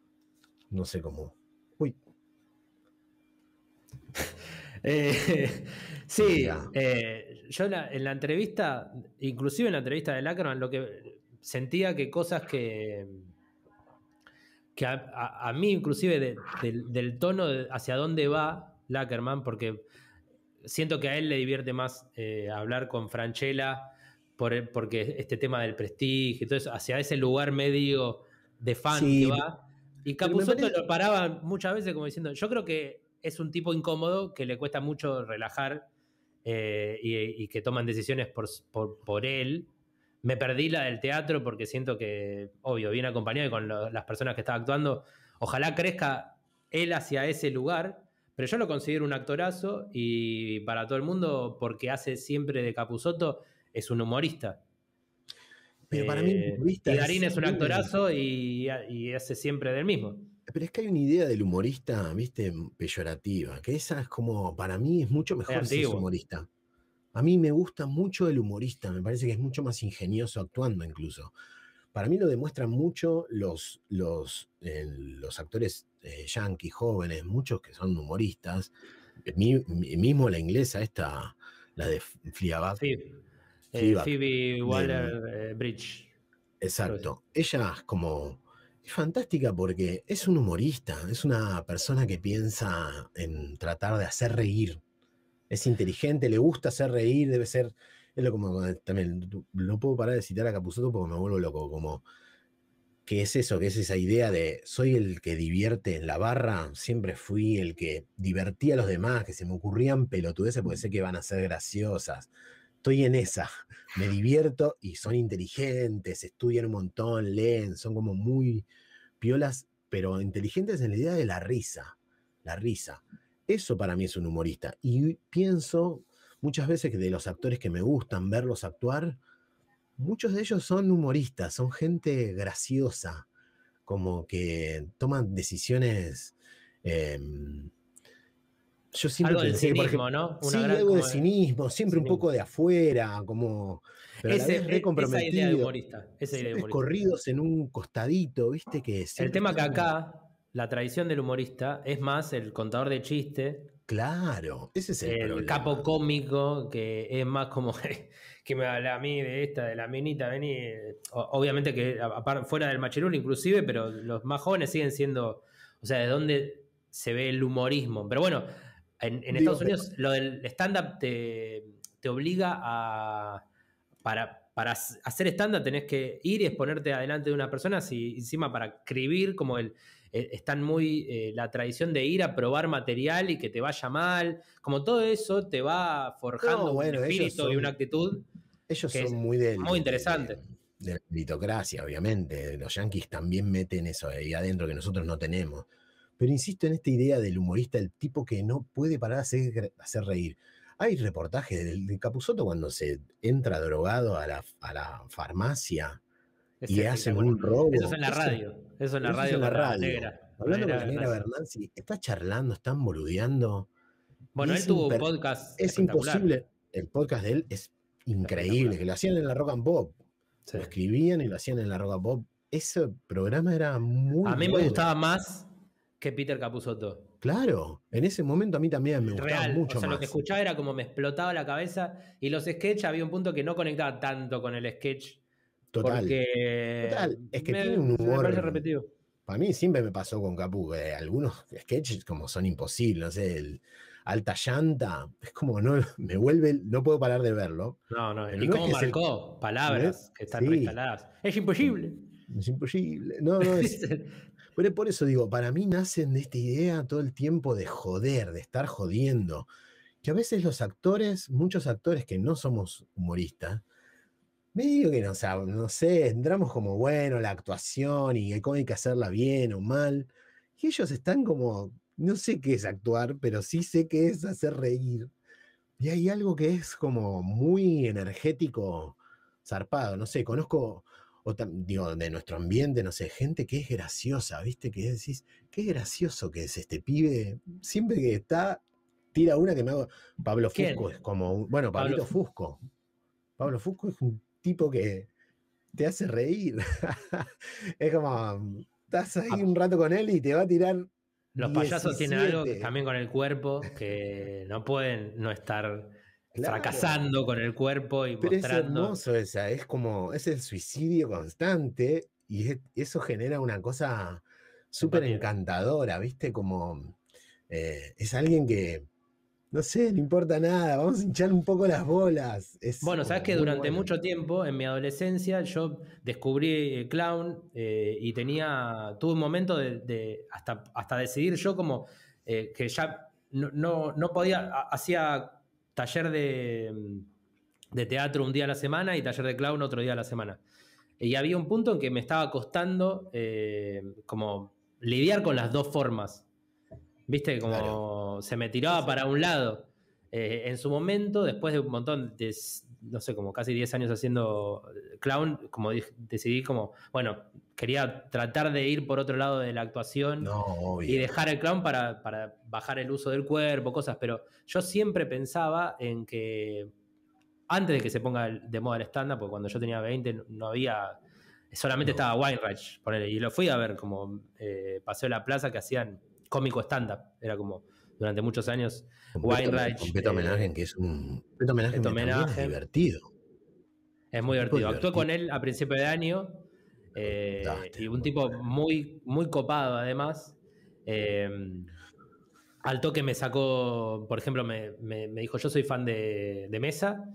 No sé cómo. Uy, Eh, sí, Mira. eh, yo la- en la entrevista, inclusive en la entrevista de Lackerman, lo que sentía que cosas que, que a, a- a mí inclusive de- del- del tono de hacia dónde va Lackerman, porque siento que a él le divierte más eh, hablar con Francella por, el- porque este tema del prestigio y todo eso, hacia ese lugar medio de fan Sí, que va. Y pero me Capusotto parece- lo paraba muchas veces como diciendo, yo creo que es un tipo incómodo que le cuesta mucho relajar eh, y, y que toman decisiones por, por, por él. Me perdí la del teatro porque siento que, obvio, viene acompañado y con lo- las personas que estaba actuando, ojalá crezca él hacia ese lugar, pero yo lo considero un actorazo y para todo el mundo, porque hace siempre de Capusotto, es un humorista. Pero para mí el Eh, humorista y Darín es... es un actorazo y, y hace siempre del mismo. Pero es que hay una idea del humorista, viste, peyorativa, que esa es como, para mí es mucho Es mejor si es antiguo. humorista. A mí me gusta mucho el humorista, me parece que es mucho más ingenioso actuando incluso. Para mí lo demuestran mucho los, los, eh, los actores eh, yanquis jóvenes, muchos que son humoristas. Mi, mi- mismo la inglesa esta, la de Fleabag, Phoebe, eh, Fleabag, Phoebe de, Waller-Bridge. Creo que sí. exacto. Ella es como, es fantástica porque es un humorista, es una persona que piensa en tratar de hacer reír. Es inteligente, le gusta hacer reír, debe ser, es lo como también, no puedo parar de citar a Capusotto porque me vuelvo loco, como que es eso, que es esa idea de soy el que divierte en la barra, siempre fui el que divertía a los demás, que se me ocurrían pelotudeces porque sé que van a ser graciosas. Estoy en esa, me divierto y son inteligentes, estudian un montón, leen, son como muy piolas, pero inteligentes en la idea de la risa, la risa. Eso para mí es un humorista. Y pienso muchas veces que de los actores que me gustan verlos actuar, muchos de ellos son humoristas, son gente graciosa, como que toman decisiones. eh, yo siempre Algo del pensé que, por ejemplo, cinismo, ¿no? Una sí, gran algo de como cinismo, siempre un cinismo. poco de afuera, como, pero a la Ese, vez re e- esa idea de comprometido, humorista, esa idea de siempre humorista. corridos en un costadito, viste, que El siempre tema que están. acá, la tradición del humorista, es más el contador de chiste, Claro, ese es el el capo problema. cómico, que es más como que me habla a mí de esta, de la minita, vení. O- Obviamente que aparte, fuera del machirul inclusive, pero los más jóvenes siguen siendo, o sea, de dónde se ve el humorismo. Pero bueno, en, en Digo, Estados Unidos lo del stand-up te, te obliga a, para, para hacer stand-up tenés que ir y exponerte adelante de una persona, si encima para escribir como el eh, están muy eh, la tradición de ir a probar material y que te vaya mal, como todo eso te va forjando no, un bueno, ellos espíritu y una son, actitud ellos que son es muy del, muy del- de, de- interesante. de la meritocracia, obviamente. Los yanquis también meten eso ahí adentro que nosotros no tenemos. Pero insisto en esta idea del humorista, el tipo que no puede parar de hacer, hacer reír. Hay reportajes del, del Capusotto cuando se entra drogado a la, a la farmacia Es y hacen espectacular. un Eso es robo. en la Eso, radio, eso en la pero eso es radio en la con la radio. negra, con la Hablando con negra la negra Bernasi. Bernanzi, está charlando, están boludeando. Y Bueno, él es, tuvo un imper- podcast es espectacular, imposible. El podcast de él es increíble, espectacular. que lo hacían en la Rock and Pop. Sí. Lo escribían y lo hacían en la Rock and Pop. Ese programa era muy A mí me bueno. gustaba más que Peter Capusotto. Claro, en ese momento a mí también me gustaba Real, o mucho sea, lo que más. escuchaba era como me explotaba la cabeza y los sketches había un punto que no conectaba tanto con el sketch Total. porque Total. Es que me, tiene un me parece humor. repetitivo. Para mí siempre me pasó con Capu, que algunos sketches como son imposibles, no sé, el Alta Llanta, es como no, me vuelve, no puedo parar de verlo, No, no, pero y no es cómo que es el, marcó no es, palabras que están sí, reinstaladas. Es imposible. es imposible, no, no, es, pero por eso digo, para mí nacen de esta idea todo el tiempo de joder, de estar jodiendo, que a veces los actores, muchos actores que no somos humoristas, medio que no, sab- no sé, entramos como, bueno, la actuación y cómo hay que hacerla bien o mal. Y ellos están como, no sé qué es actuar, pero sí sé qué es hacer reír. Y hay algo que es como muy energético, zarpado. No sé, conozco, o tam- digo, de nuestro ambiente, no sé, gente que es graciosa, ¿viste? Que decís, qué gracioso que es este pibe. Siempre que está, tira una que me hago. Pablo Fusco ¿Quién? es como, un- bueno, Pablo. Pablito Fusco. Pablo Fusco es un tipo que te hace reír. Es como, estás ahí un rato con él y te va a tirar Los payasos tienen algo que, diecisiete. también con el cuerpo que no pueden no estar Claro, fracasando con el cuerpo y pero es mostrando. hermoso esa, es como, es el suicidio constante y es- eso genera una cosa súper Empatía. encantadora, ¿viste? Como, eh, es alguien que, no sé, no importa nada, vamos a hinchar un poco las bolas. Es Bueno, sabes como que muy durante bueno. mucho tiempo, en mi adolescencia, yo descubrí eh, clown eh, y tenía, tuve un momento de, de hasta, hasta decidir yo como eh, que ya no, no, no podía, ha- hacía taller de, de teatro un día a la semana y taller de clown otro día a la semana. Y había un punto en que me estaba costando eh, como lidiar con las dos formas. ¿Viste? Claro. Como se me Sí, tiraba sí. para un lado. Eh, en su momento, después de un montón de no sé, como casi diez años haciendo clown, como dije, decidí como, bueno, quería tratar de ir por otro lado de la actuación No, y obvio. dejar el clown para, para bajar el uso del cuerpo, cosas, pero yo siempre pensaba en que antes de que se ponga de moda el stand-up, porque cuando yo tenía veinte no había, solamente No. estaba Weinreich, ponele, y lo fui a ver como eh, Paseo de la Plaza, que hacían cómico stand-up, era como durante muchos años Completo, Weinreich, completo homenaje, eh, que es un completo homenaje este que también es homenaje, divertido. es Es muy un tipo divertido. Actué divertido. con él a principio de año, eh, Daste, y un muy tipo bueno. muy, muy copado además. Eh, al toque me sacó, por ejemplo, me, me, me dijo, yo soy fan de, de Mesa.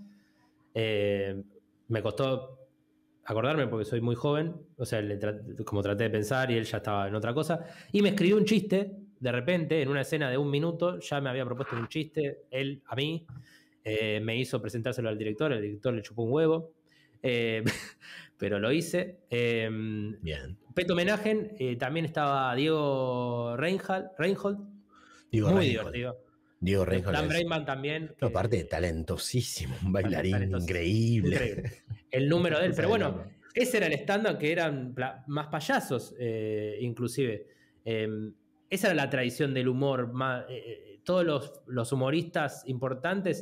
Eh, me costó acordarme porque soy muy joven, o sea, le tra como traté de pensar y él ya estaba en otra cosa. Y me escribió un chiste, de repente, en una escena de un minuto, ya me había propuesto un chiste, él a mí, eh, me hizo presentárselo al director, el director le chupó un huevo, eh, pero lo hice. Eh, Bien. Peto Homenaje, eh, también estaba Diego Reinhold, Reinhold Diego muy Reinhold. divertido. Diego De, Reinhold Dan es, Brainman también, no, aparte, que talentosísimo, un bailarín talentosísimo, increíble. increíble. El número de él, Cosa pero de bueno, loco. ese era el stand-up que eran más payasos, eh, inclusive. Eh, esa era la tradición del humor. Más, eh, todos los, los, humoristas importantes,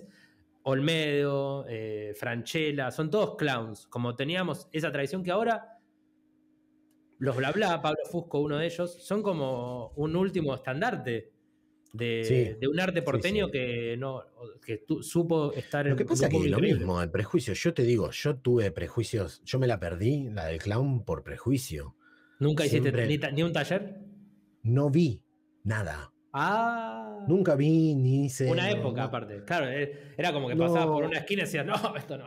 Olmedo, eh, Franchella, son todos clowns. Como teníamos esa tradición que ahora los bla bla, Pablo Fusco, uno de ellos, son como un último estandarte Sí, de, de un arte sí, porteño sí. que, no, que tu, supo estar Lo que en, en pasa un que mundo lo increíble. mismo, el prejuicio, yo te digo, yo tuve prejuicios, yo me la perdí, la del clown, por prejuicio. ¿Nunca hiciste Siempre ni, ni un taller? no vi nada. Ah, Nunca vi, ni una hice, época no, aparte. Claro, era como que pasabas por una no, esquina y decías, no, esto no.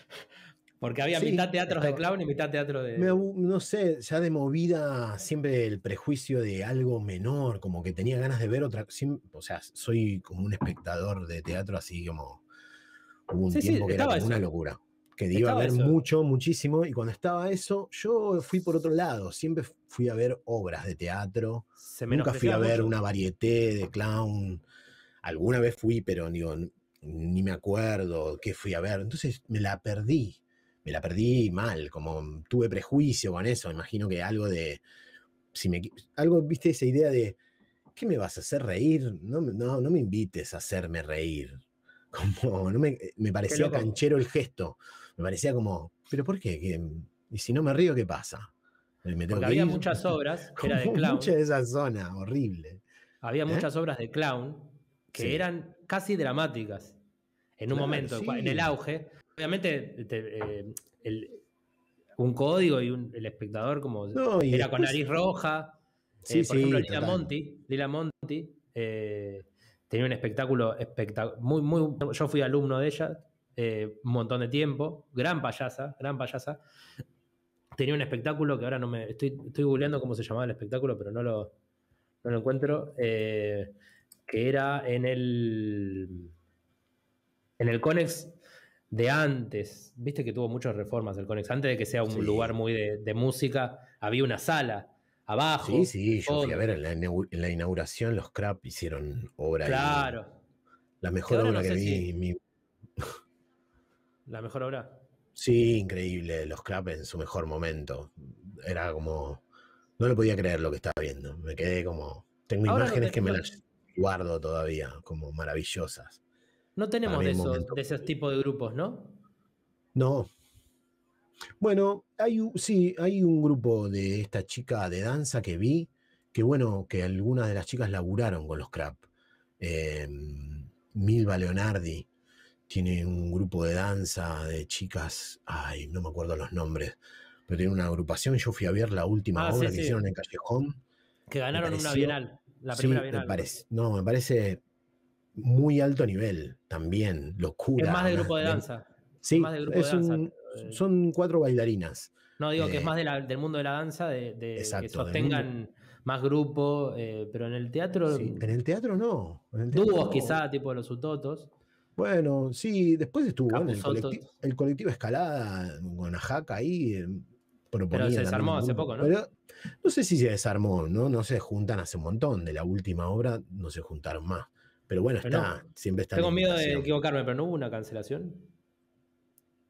Porque había sí, mitad teatros de estaba, clown y mitad teatro me de... abu- no sé, ya de movida siempre el prejuicio de algo menor, como que tenía ganas de ver otra, siem- o sea, soy como un espectador de teatro, así como hubo un Sí, sí, tiempo que era estaba como una eso. locura, que iba a Estaba ver eso. mucho, muchísimo, y cuando estaba eso, yo fui por otro lado, siempre fui a ver obras de teatro, Se nunca fui a menospreciaba ver mucho. una varieté de clown, alguna vez fui, pero digo, ni me acuerdo qué fui a ver, entonces me la perdí. Me la perdí mal, como tuve prejuicio con eso, imagino que algo de, si me, algo, viste, esa idea de, ¿qué me vas a hacer reír? No, no, no me invites a hacerme reír. Como, no me, me Qué parecía loco. canchero el gesto, me parecía como, ¿pero por qué? ¿Qué? ¿Y si no me río, qué pasa? ¿Me tengo Porque que había ir? muchas obras que era de Como mucha clown, de esa zona, horrible. había ¿Eh? muchas obras de clown que Sí, eran casi dramáticas. En un claro, momento, en el sí. auge, obviamente te, eh, el, un código y un, el espectador como No, y era con después, nariz roja. sí, Eh, por ejemplo, sí, Lila total. Monti, Lila Monti eh, tenía un espectáculo espectac muy, muy. Yo fui alumno de ella eh, un montón de tiempo, gran payasa, gran payasa. Tenía un espectáculo que ahora no me. Estoy, estoy googleando cómo se llamaba el espectáculo, pero no lo, no lo encuentro. Eh, que era en el. En el Conex de antes, viste que tuvo muchas reformas el Conex, antes de que sea un lugar Sí, muy de, de música, había una sala sí, abajo, sí, de yo fui a ver fondo, en la, inau- en la inauguración, los Crap hicieron obra ahí, claro, la que mejor ahora obra no que sé vi. si Mi, la mejor obra. sí, increíble, los Crap en su mejor momento. Era como, no lo podía creer lo que estaba viendo. Me quedé como, tengo Ahora no, imágenes te- que me no, las guardo todavía, como maravillosas. no Para tenemos mí de un esos, momento. de esos tipos de grupos, ¿no? No, bueno, hay, un- sí, hay un grupo de esta chica de danza que vi, que bueno, que algunas de las chicas laburaron con los Crap. Eh, Milva Leonardi tiene un grupo de danza de chicas, ay, no me acuerdo los nombres, pero tiene una agrupación. Yo fui a ver la última Ah, sí, obra que hicieron sí, en Callejón. que Me ganaron una pareció, Bienal, la primera sí, me Bienal, me parece. parece, no, me parece muy alto nivel también, Es más locura, de una, grupo de de- danza, es más sí, de grupo de es danza. un, Eh, son cuatro bailarinas. No, digo que es Eh, más de la- del mundo de la danza, de, de que exacto, del mundo. sostengan más grupo, eh, pero en el teatro, Sí, en el teatro no, en el teatro dúos no. quizá, tipo los Utotos, Bueno, sí, después estuvo bueno el colectivo, Capusottos, el colectivo Escalada en Guanajaca ahí eh, pero se proponía también desarmó un hace grupo, poco, ¿no? pero no sé si se desarmó, ¿no? No se juntan hace un montón, de la última obra no se juntaron más. Pero bueno, Pero está, no, siempre está la tengo miedo de invitación. equivocarme, pero no hubo una cancelación.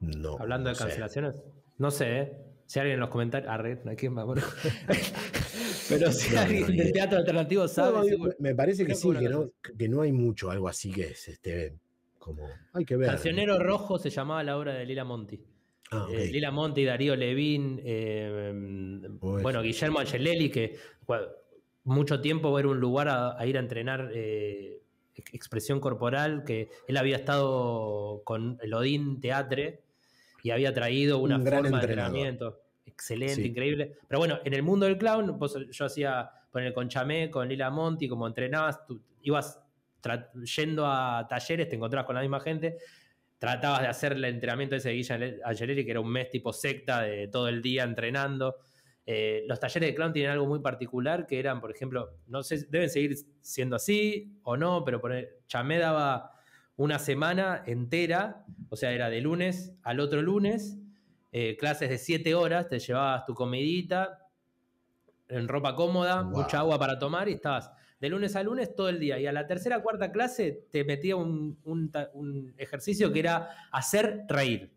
No, Hablando no de sé. cancelaciones. No sé, ¿eh? Si alguien en los comentarios. Arre, ¿a quién va? Bueno. Pero si No, alguien no, y- del teatro alternativo sabe, No, digo, seguro. me parece que Creo sí, una que no, cancelación. que no hay mucho algo así que es este, como, hay que ver. Cancionero Rojo se llamaba la obra de Lila Monti. Ah, ok. Eh, Lila Monti, Darío Levín, eh, Pues, bueno, Guillermo Angelelli, que cua- mucho tiempo era un lugar a, a ir a entrenar eh, ex- expresión corporal, que él había estado con el Odín Teatre y había traído una un gran forma de entrenador. entrenamiento excelente, Sí. increíble. Pero bueno, en el mundo del clown, vos- yo hacía poner con Chamé, con Lila Monti, como entrenabas, tú ibas tra- yendo a talleres, te encontrabas con la misma gente, tratabas de hacer el entrenamiento ese de Guilla Angeleri, que era un mes tipo secta de todo el día entrenando. Eh, los talleres de clown tienen algo muy particular, que eran, por ejemplo, no sé, deben seguir siendo así o no, pero por ejemplo, Chamé daba una semana entera, o sea, era de lunes al otro lunes, eh, clases de siete horas, te llevabas tu comidita en ropa cómoda, mucha Wow. agua para tomar y estabas de lunes a lunes todo el día. Y a la tercera, cuarta clase te metía un, un, un ejercicio que era hacer reír.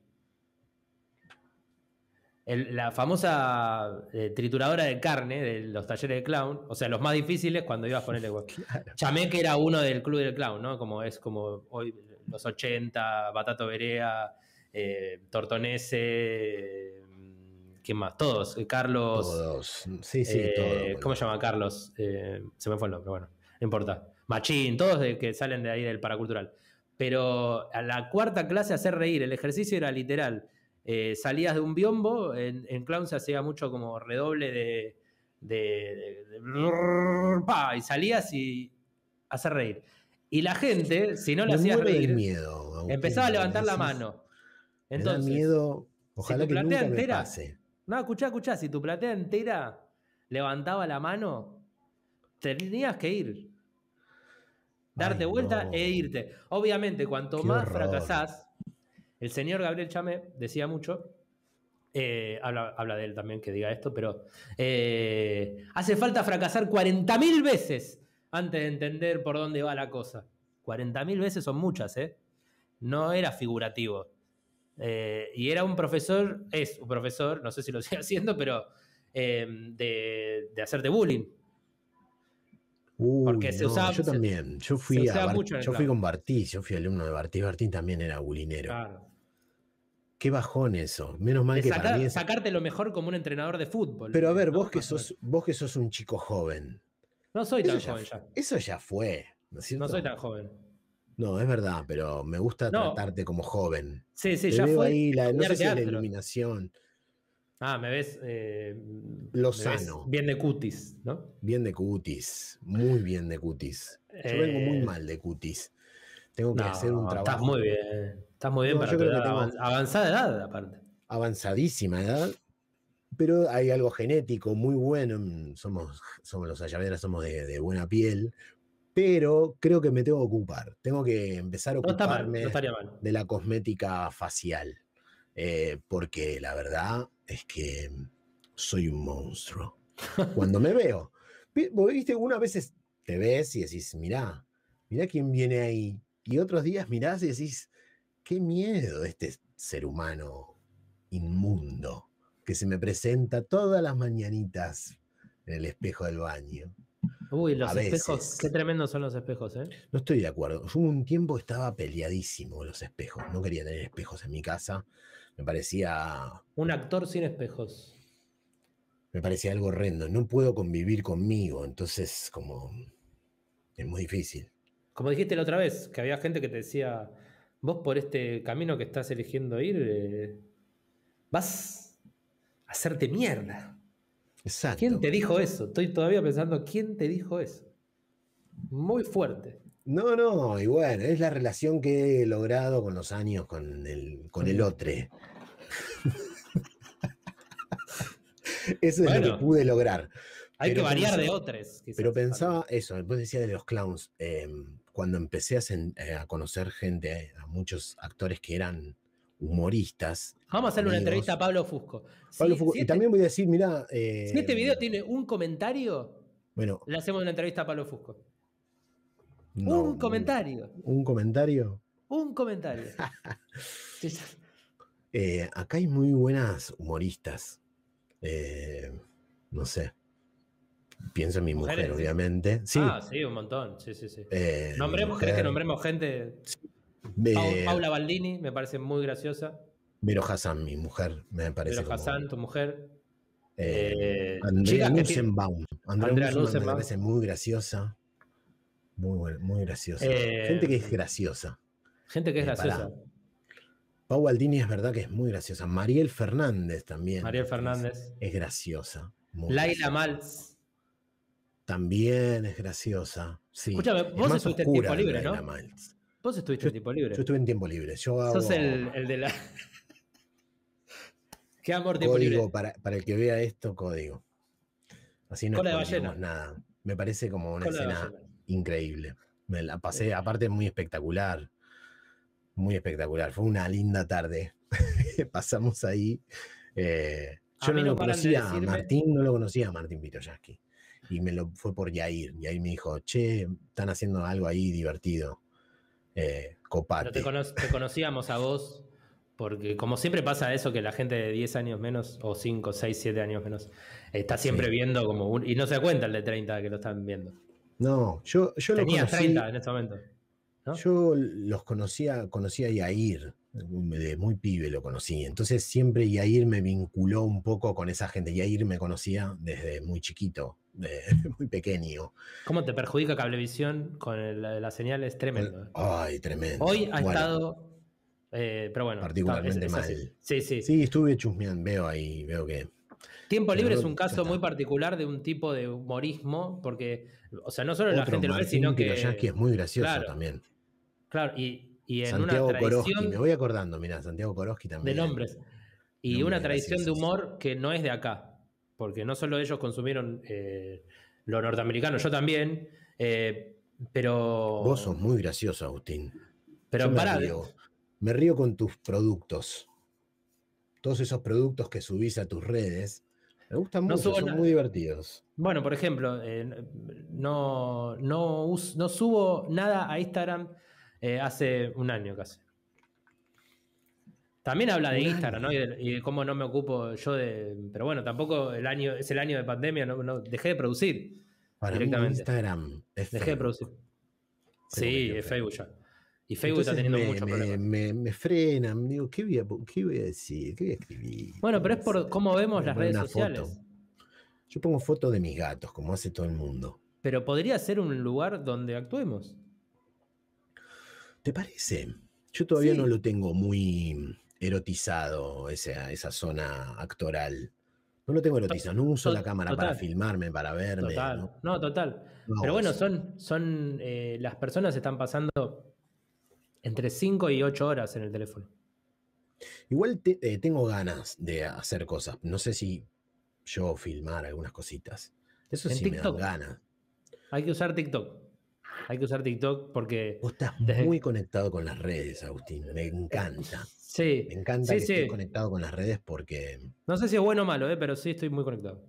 El, la famosa eh, trituradora de carne de los talleres de clown, o sea, los más difíciles cuando ibas a ponerle... Claro. Chamé, que era uno del club del clown, ¿no? Como es como hoy los ochenta, Batato Berea, eh, Tortonese, eh, ¿quién más? Todos, eh, Carlos... Todos. Sí, sí, Eh, todos. ¿Cómo se llama Carlos? Eh, se me fue el nombre, bueno, no importa. Machín, todos de, que salen de ahí del paracultural. Pero a la cuarta clase hacer reír, el ejercicio era literal. Eh, salías de un biombo, en, en clown se hacía mucho como redoble de, de, de, de pa, y salías y hacer reír. Y la gente, si no le Me hacías muero del reír, miedo, Agustín, empezaba a lo que me levantar la decís. mano. Me da Entonces, miedo. si Ojalá tu que platea nunca me entera, pase. no, escuchá, escuchá, si tu platea entera levantaba la mano, tenías que ir. Darte Ay, vuelta no. e irte. Obviamente, cuanto Qué más horror. fracasás, el señor Gabriel Chamé decía mucho, eh, habla, habla de él también que diga esto, pero eh, hace falta fracasar cuarenta mil veces antes de entender por dónde va la cosa. cuarenta mil veces son muchas, ¿eh? No era figurativo. Eh, y era un profesor, es un profesor, no sé si lo sigue haciendo, pero eh, de, de hacerte bullying. Uy, Porque se no, usaba, yo se, también. Yo se fui a usaba Bar- mucho en el yo fui clown. con Bartí, yo fui alumno de Bartí. Bartí también era bulinero. Claro. Qué bajón eso. Menos mal De que para mí sacar, es. sacarte lo mejor como un entrenador de fútbol, Pero a ver, ¿no? vos que Más o menos. sos, vos que sos un chico joven. No soy Eso tan ya, joven fu- ya. eso ya fue, ¿no es No soy cierto? tan joven. No, es verdad, pero me gusta No, tratarte como joven. sí, sí, Te ya veo fue ahí, la, no estudiar sé si es la teatro. iluminación, Ah, me ves, eh, me ves Lozano, bien de cutis, ¿no? bien de cutis, muy bien de cutis. Yo vengo muy Eh, mal de cutis. Tengo que hacer un no, estás trabajo. muy bien. Estás muy bien No, para yo tu creo que edad, tengo avanz- avanzada edad, aparte. avanzadísima edad, pero hay algo genético muy bueno. mm, Somos, somos los Ayaveras, somos de, de buena piel, pero creo que me tengo que ocupar. Tengo que empezar a No está mal, no ocuparme estaría mal. de la cosmética facial, eh, porque la verdad es que soy un monstruo. Cuando me veo, Vi- vos viste, unas veces te ves y decís, mirá, mirá quién viene ahí. Y otros días mirás y decís, qué miedo este ser humano inmundo que se me presenta todas las mañanitas en el espejo del baño. Uy, A los espejos, qué veces. tremendos son los espejos, ¿eh? No estoy de acuerdo. Yo hubo un tiempo que estaba peleadísimo con los espejos. No quería tener espejos en mi casa. Me parecía, Un actor sin espejos. me parecía algo horrendo. No puedo convivir conmigo. Entonces, como, es muy difícil. Como dijiste la otra vez, que había gente que te decía, vos por este camino que estás eligiendo ir, eh, vas a hacerte mierda. Exacto. ¿Quién te dijo eso? Estoy todavía pensando, ¿quién te dijo eso? Muy fuerte. No, no, y bueno, es la relación que he logrado con los años con el, con el otro. Eso es lo que Bueno, pude lograr. hay que Pero variar de pensaba, otros, quizás. pero pensaba eso, después decía de los clowns, eh, cuando empecé a, sen- eh, a conocer gente, eh, a muchos actores que eran humoristas, Vamos a hacerle una amigos. entrevista a Pablo Fusco. Pablo Si, Foucault, si y este, también voy a decir, mira, si este video tiene un comentario, bueno, le hacemos una entrevista a Pablo Fusco. no, un comentario. un comentario. Un comentario. Sí, Eh, acá hay muy buenas humoristas. Eh, no sé, pienso en mi mujer, ¿Mujeres? obviamente. Ah, Sí, sí, un montón. Sí, sí, sí. eh, mi ¿Nombremos, ¿Querés que mujer. nombremos gente? Pau- eh, Paula Baldini, me parece muy graciosa. Vero Hassan, mi mujer, me Vero parece como. Hassan, tu mujer. eh, Eh, Andrea chicas que tienen. Nussenbaum. Andrea Andrea Nussenbaum me Nussbaum. parece muy graciosa. Muy, buena- muy graciosa. Eh, Gente que es graciosa. gente que es Eh, graciosa. pará. Pau Baldini es verdad que es muy graciosa. Mariel Fernández también, Mariel actriz, Fernández. es graciosa, muy Laila graciosa. Maltz. También es graciosa, sí. Escúchame, Es vos más estuviste en tiempo oscura libre, Laila ¿no? Maltz. Vos estuviste Yo, en tiempo yo libre. estuve en tiempo libre. Yo Sos hago el, el de la. ¿Qué amor tiempo código libre? para, para el que vea esto, código. Así no Cola de spoileamos ballena. nada. Me parece como una Cola de escena ballena. increíble. Me la pasé, Eh, aparte muy espectacular. Muy espectacular. Fue una linda tarde. Pasamos ahí. Eh, a yo no mí no lo paran de conocía a decirme. Martín, no lo conocía a Martín Pitoyaski. Y me lo fue por Yair. Yair me dijo, che, están haciendo algo ahí divertido. Eh, Pero te, copate. cono- te conocíamos a vos, porque como siempre pasa eso, que la gente de diez años menos, o cinco, seis, siete años menos, está siempre Sí. viendo como un. Y no se da cuenta el de treinta que lo están viendo. No, yo, yo lo Tenías conocí. treinta en ese momento, ¿no? Yo los conocía, conocía a Yair, de muy pibe lo conocí. Entonces siempre Yair me vinculó un poco con esa gente. Yair me conocía desde muy chiquito, de- muy pequeño. ¿Cómo te perjudica Cablevisión con el- la, la señal? Es Con- tremendo. ¿Eh? Ay, tremendo. Hoy ha Bueno, estado. eh, pero bueno, está- es, particularmente es así. mal. Sí, sí. Sí, estuve chusmeando, veo ahí, veo que. Tiempo Pero Libre es no, un ya caso muy está. particular de un tipo de humorismo, porque, o sea, no solo la Otro, gente lo ve, sino Martín Piroyansky que. es muy gracioso Claro, también. claro, y, y en una Santiago Koroski, me tradición voy acordando, mirá, Santiago Koroski de también. nombres y una Nombres tradición de graciosos. humor que no es de acá, porque no solo ellos consumieron eh, lo norteamericano, yo también, eh, Vos sos pero, muy gracioso, Agustín. Yo pero me pará, río. Me río con tus productos. Todos esos productos que subís a tus redes. Me gustan no mucho, subo son muy nada. divertidos. Bueno, por ejemplo, eh, no, no, us- no subo nada a Instagram eh, hace un año casi. También habla de Un Instagram, ¿no? Y año. de, y de cómo no me ocupo yo de. Pero bueno, tampoco el año, es el año de pandemia, no, no- dejé de producir Para mí directamente. Instagram es Dejé de Facebook. producir. Tengo Sí, metido en es Facebook Facebook. ya. Y Facebook está Entonces teniendo me, muchos me, problemas. me, me frenan. Digo, ¿qué voy, a, ¿qué voy a decir? ¿Qué voy a escribir? Bueno, ¿Qué voy pero a es por hacer? cómo vemos Voy a las poner redes una foto. sociales. Yo pongo fotos de mis gatos, como hace todo el mundo. Pero podría ser un lugar donde actuemos. ¿Te parece? Yo todavía no Sí, lo tengo muy erotizado, esa, esa zona actoral. No lo tengo to- erotizado, no uso la to- cámara para total. filmarme, para verme, Total. no, No, total. no Pero hago bueno, eso. son, son eh, las personas están pasando entre cinco y ocho horas en el teléfono. Igual te- eh, tengo ganas de hacer cosas. No sé si yo filmar algunas cositas. Eso En sí me dan TikTok. ganas. Hay que usar TikTok. Hay que usar TikTok porque Vos estás desde muy conectado con las redes, Agustín. Me encanta. sí, Me encanta sí, que estés sí. conectado con las redes porque No sé si es bueno o malo, eh, pero sí estoy muy conectado.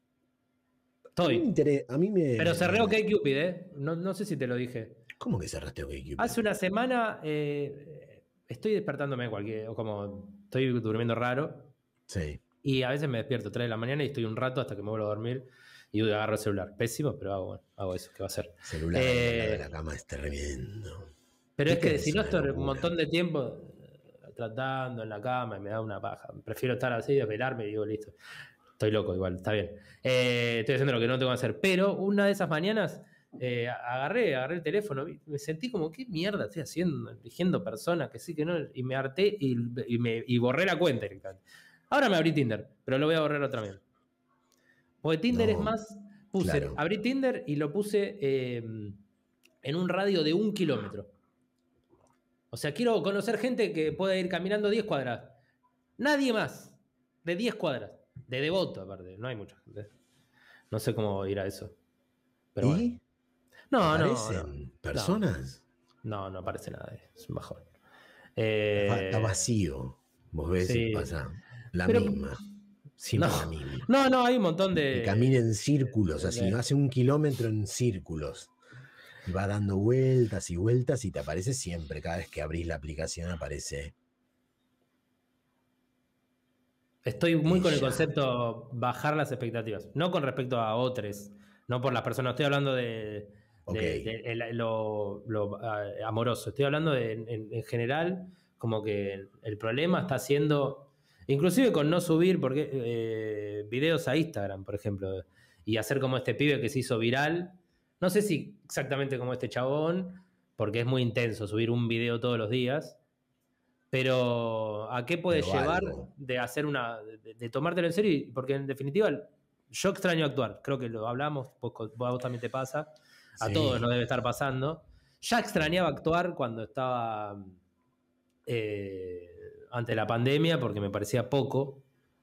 a mí me Estoy. interesa, a mí me, Pero me- cerré me- me- OkCupid, ¿eh? No, no sé si te lo dije. ¿Cómo que cerraste OkCupid? Hace una semana eh, estoy despertándome cualquier, o como estoy durmiendo raro Sí. y a veces me despierto tres de la mañana y estoy un rato hasta que me vuelvo a dormir y agarro el celular. Pésimo, pero hago, bueno, hago eso. ¿Qué va a ser? Celular al lado de la Eh, cama es tremendo. pero es que TikTok si es no una estoy un locura. montón de tiempo eh, tratando en la cama y me da una paja. Prefiero estar así, desvelarme y digo, listo. Estoy loco igual, está bien. Eh, estoy haciendo lo que no tengo que hacer. Pero una de esas mañanas eh, agarré, agarré el teléfono, y me sentí como, ¿qué mierda estoy haciendo? Eligiendo personas, que sí, que no. Y me harté y, y me, y borré la cuenta directamente. Ahora me abrí Tinder, pero lo voy a borrar otra vez. Porque Tinder es No, más, puse, claro. abrí Tinder y lo puse eh, en un radio de un kilómetro. O sea, quiero conocer gente que pueda ir caminando diez cuadras. Nadie más. De diez cuadras. De Devoto, aparte. No hay mucha gente. No sé cómo ir a eso. Pero bueno. ¿Y? No, no, no. ¿Aparecen personas? No, no aparece nada. Es un bajón. Está, Eh, está vacío. Vos ves y sí. pasa la Pero- misma. Siempre no. la misma. No, no, hay un montón Y de. camina en círculos, así. de- Hace un kilómetro en círculos. Y va dando vueltas y vueltas y te aparece siempre. Cada vez que abrís la aplicación aparece. Estoy muy Y con el ya. concepto bajar las expectativas. No con respecto a otros, no por las personas. Estoy hablando de, Ok, de- de el- lo, lo, eh, amoroso. Estoy hablando de, en, en general, como que el problema está siendo, inclusive con no subir porque, eh, videos a Instagram, por ejemplo, y hacer como este pibe que se hizo viral. No sé si exactamente como este chabón, porque es muy intenso subir un video todos los días. Pero ¿a qué puede pero llevar algo. de hacer una, de, de tomártelo en serio? Y- Porque en definitiva, yo extraño actuar, creo que lo hablamos, vos, con- a vos también te pasa, a todos nos Sí, debe estar pasando. Ya extrañaba actuar cuando estaba, eh, ante la pandemia, porque me parecía poco,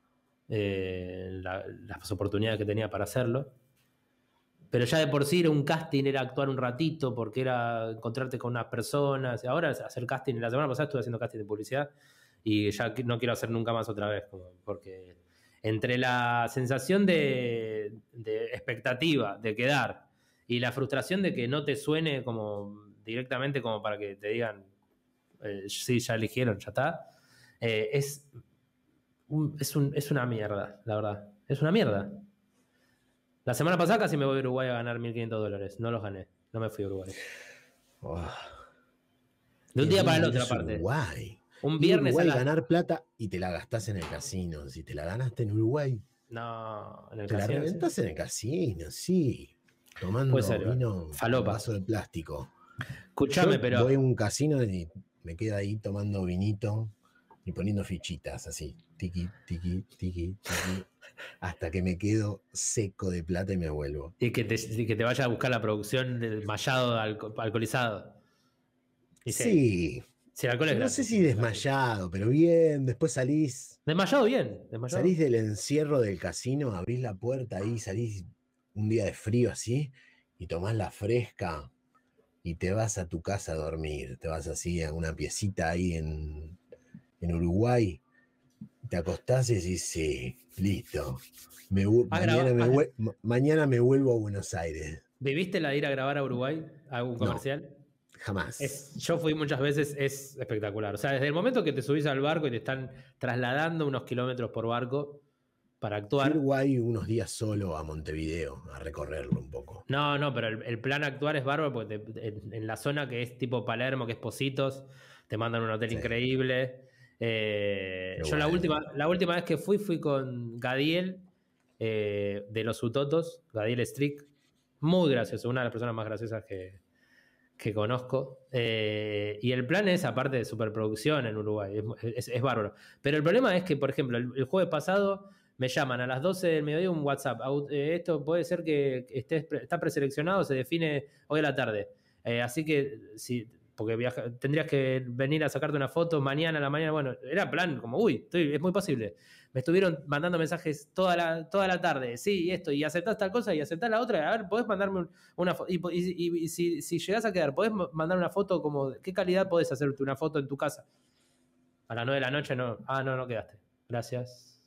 eh, la- las oportunidades que tenía para hacerlo. Pero ya de por sí era un casting, era actuar un ratito, porque era encontrarte con unas personas. Ahora es hacer casting. La semana pasada estuve haciendo casting de publicidad y ya no quiero hacer nunca más otra vez, como- porque entre la sensación de, de expectativa, de quedar, y la frustración de que no te suene como directamente como para que te digan, eh, sí, ya eligieron, ya está, eh, es, un- es, un- es una mierda, la verdad. Es una mierda. La semana pasada casi me voy a Uruguay a ganar mil quinientos dólares. No los gané. No me fui a Uruguay. oh, De un qué día para el lindo otro, irse a aparte. Uruguay. Un Ir a viernes a Uruguay, las... ganar plata y te la gastás en el casino. Si te la ganaste en Uruguay, No, en el te la casino, sí. reventás en el casino, sí. Puede Tomando ser, igual. vino en Falopa. vaso de plástico. Escuchame, Yo voy a pero... un casino y me quedo ahí tomando vinito y poniendo fichitas así. Tiki, tiki, tiki, tiki. Hasta que me quedo seco de plata y me vuelvo. Y que te, y que te vaya a buscar la producción del mallado alco- alcoholizado. Y sí, Sí, si el alcohol es no sé gratis si en el casino. desmayado, pero bien. Después salís, Desmayado bien, salís desmayado. del encierro del casino, abrís la puerta ahí, salís un día de frío así y tomás la fresca y te vas a tu casa a dormir. Te vas así a una piecita ahí en, en Uruguay. Te acostás y decís, sí, listo. Me ¿Has mañana, graba- me has- ma mañana me vuelvo a Buenos Aires. ¿Viviste la de ir a grabar a Uruguay? ¿A algún No, comercial? jamás. Es, yo fui muchas veces, es espectacular. O sea, desde el momento que te subís al barco y te están trasladando unos kilómetros por barco para Fui a actuar. Uruguay unos días solo a Montevideo a recorrerlo un poco. No, no, pero el, el plan actuar es bárbaro porque te- en, en la zona que es tipo Palermo, que es Positos, te mandan un hotel Sí, increíble. Eh, qué yo la bueno. última, la última vez que fui, fui con Gadiel, eh, de los Utotos, Gadiel Strick. Muy gracioso, una de las personas más graciosas que, que conozco. Eh, y el plan es, aparte de superproducción en Uruguay, es, es- es bárbaro. Pero el problema es que, por ejemplo, el, el jueves pasado me llaman a las doce del mediodía un WhatsApp. "Au- eh, esto puede ser que estés, pre- está preseleccionado, se define hoy a la tarde. Eh, así que, si, porque viaja- tendrías que venir a sacarte una foto mañana a la mañana. Bueno, era plan como, uy, estoy- es muy posible. Me estuvieron mandando mensajes toda la, toda la tarde. Sí, esto, y aceptás tal cosa y aceptás la otra. A ver, podés mandarme un, una foto. Y, y- y- y si, si llegás a quedar, ¿podés mandar una foto como, ¿qué calidad podés hacerte una foto en tu casa? A las nueve de la noche no. Ah, no, no quedaste. Gracias.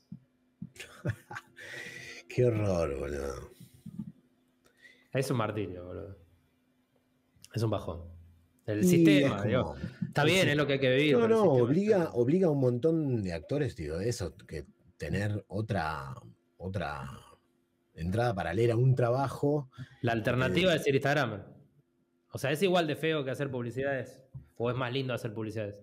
Qué horror, boludo. Es un martirio, boludo. Es un bajón. El Y es sistema, digo. como Está el bien, es sis- lo que hay que vivir, no, pero el no, sistema está obliga, como... obliga a un montón de actores, digo, de eso, que tener otra, otra entrada paralela, un trabajo La que te. alternativa es ir a Instagram. O sea, ¿es igual de feo que hacer publicidades? ¿O es más lindo hacer publicidades?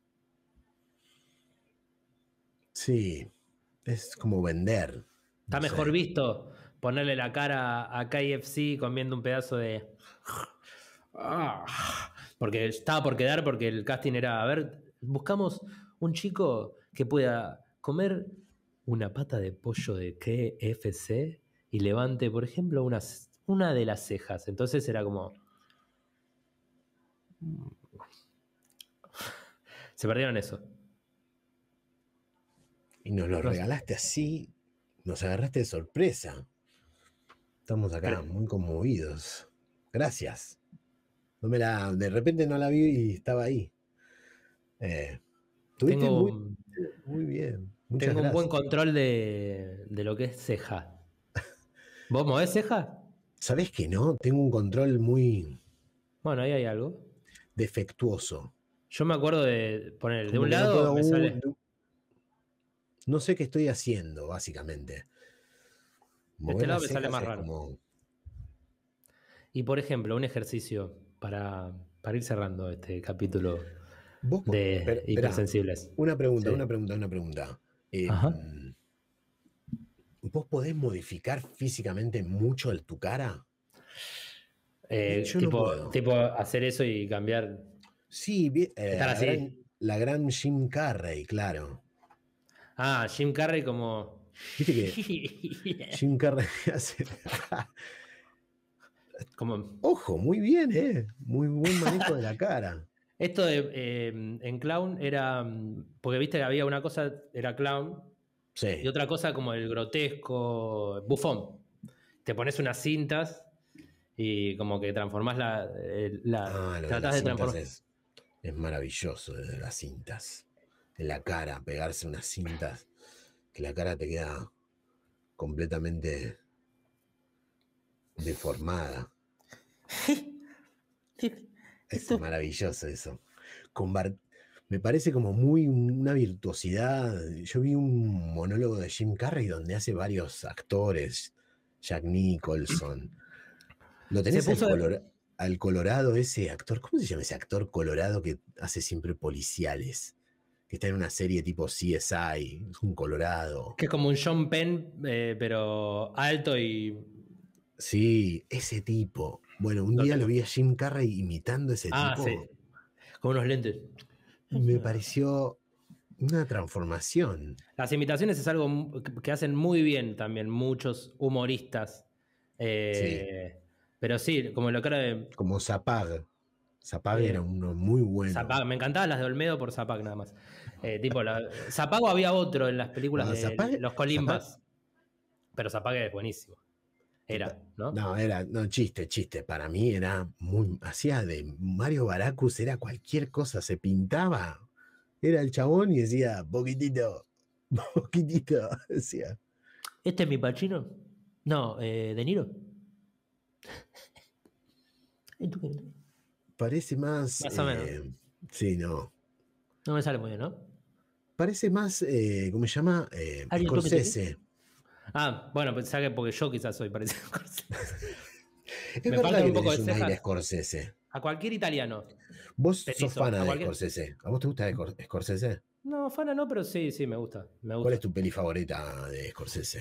Sí, es como vender, Está no mejor sé. visto ponerle la cara a K F C comiendo un pedazo de... Ah, porque estaba por quedar porque el casting era, a ver, buscamos un chico que pueda comer una pata de pollo de K F C y levante, por ejemplo, una, una de las cejas. Entonces era como... Se perdieron eso. Y nos lo No sé. regalaste así, nos agarraste de sorpresa. Estamos acá muy conmovidos. Gracias. No me la, de repente no la vi y estaba ahí. Eh, Tuviste muy, Tengo, muy bien. Muchas tengo un buen gracias. control de, de lo que es ceja. ¿Vos movés ceja? ¿Sabés que no? Tengo un control muy Bueno, ahí hay algo. defectuoso. Yo me acuerdo de poner de Como un que no lado, puedo. me un- sale. No sé qué estoy haciendo, básicamente. De Mover este lado las me sale cejas más es raro. como... Y por ejemplo, un ejercicio para, para ir cerrando este capítulo Vos, po- pero, de esperá, hipersensibles. una pregunta, Sí. una pregunta, una pregunta. Ajá. Em, ¿Vos podés modificar físicamente mucho el- tu cara? Eh, Eh, Yo no tipo, puedo. tipo hacer eso y cambiar. Sí, vi- eh, Estar la gran, así. la gran Jim Carrey, claro. Ah, Jim Carrey como. Viste que Jim Carrey hace... como. Ojo, muy bien, ¿eh? Muy buen manejo de la cara. Esto de eh, en clown era. mm, Porque viste que había una cosa, era clown, y Sí. otra cosa como el grotesco, bufón. Te pones unas cintas y como que transformás la. eh, la Ah, lo de tratás las de cintas transformar. es, es maravilloso, lo de las cintas. En la cara, pegarse unas cintas, que la cara te queda completamente deformada. Es Esto. maravilloso eso. Convar- Me parece como muy una virtuosidad. Yo vi un monólogo de Jim Carrey donde hace varios actores, Jack Nicholson. ¿Lo Se tenés al, puso de. color- al Colorado ese actor? ¿Cómo se llama ese actor colorado que hace siempre policiales? Que está en una serie tipo C S I, es un colorado. Que es como un Sean Penn, eh, pero alto y. Sí, ese tipo. Bueno, un Lo día lo tengo. vi a Jim Carrey imitando a ese Ah, sí. tipo. Con unos lentes. Me pareció una transformación. Las imitaciones es algo mu- que hacen muy bien también muchos humoristas. Sí, Eh, pero sí, como lo cara de. como Zapag. Zapag era eh, uno muy bueno. Zapag. Me encantaban las de Olmedo por Zapag nada más. Eh, tipo, la, Zapago había otro en las películas No, de Zapag, Los Zapag, Colimbas. Pero Zapag es buenísimo. Era, ¿no? no, era, no, chiste, chiste. Para mí era muy, hacía de Mario Baracus, era cualquier cosa, se pintaba. Era el chabón y decía, poquitito, poquitito, decía. ¿Este es mi Pacino? No, eh, ¿De Niro? ¿Y tú qué? Parece más, Más o menos. eh, sí, no. No me sale muy bien, ¿no? Parece más, eh, ¿cómo se llama? Eh, ¿Alguien toque aquí? Scorsese. Ah, bueno, pensaba que porque yo quizás soy parecido a Scorsese. Es Me verdad faltan que un poco de tenés un aire cejas. Scorsese. A cualquier italiano. Vos sos Petizo, fana a de cualquier. Scorsese. ¿A vos te gusta Scor- Scorsese? No, fana no, pero sí, sí, me gusta. Me ¿Cuál gusta. es tu peli favorita de Scorsese?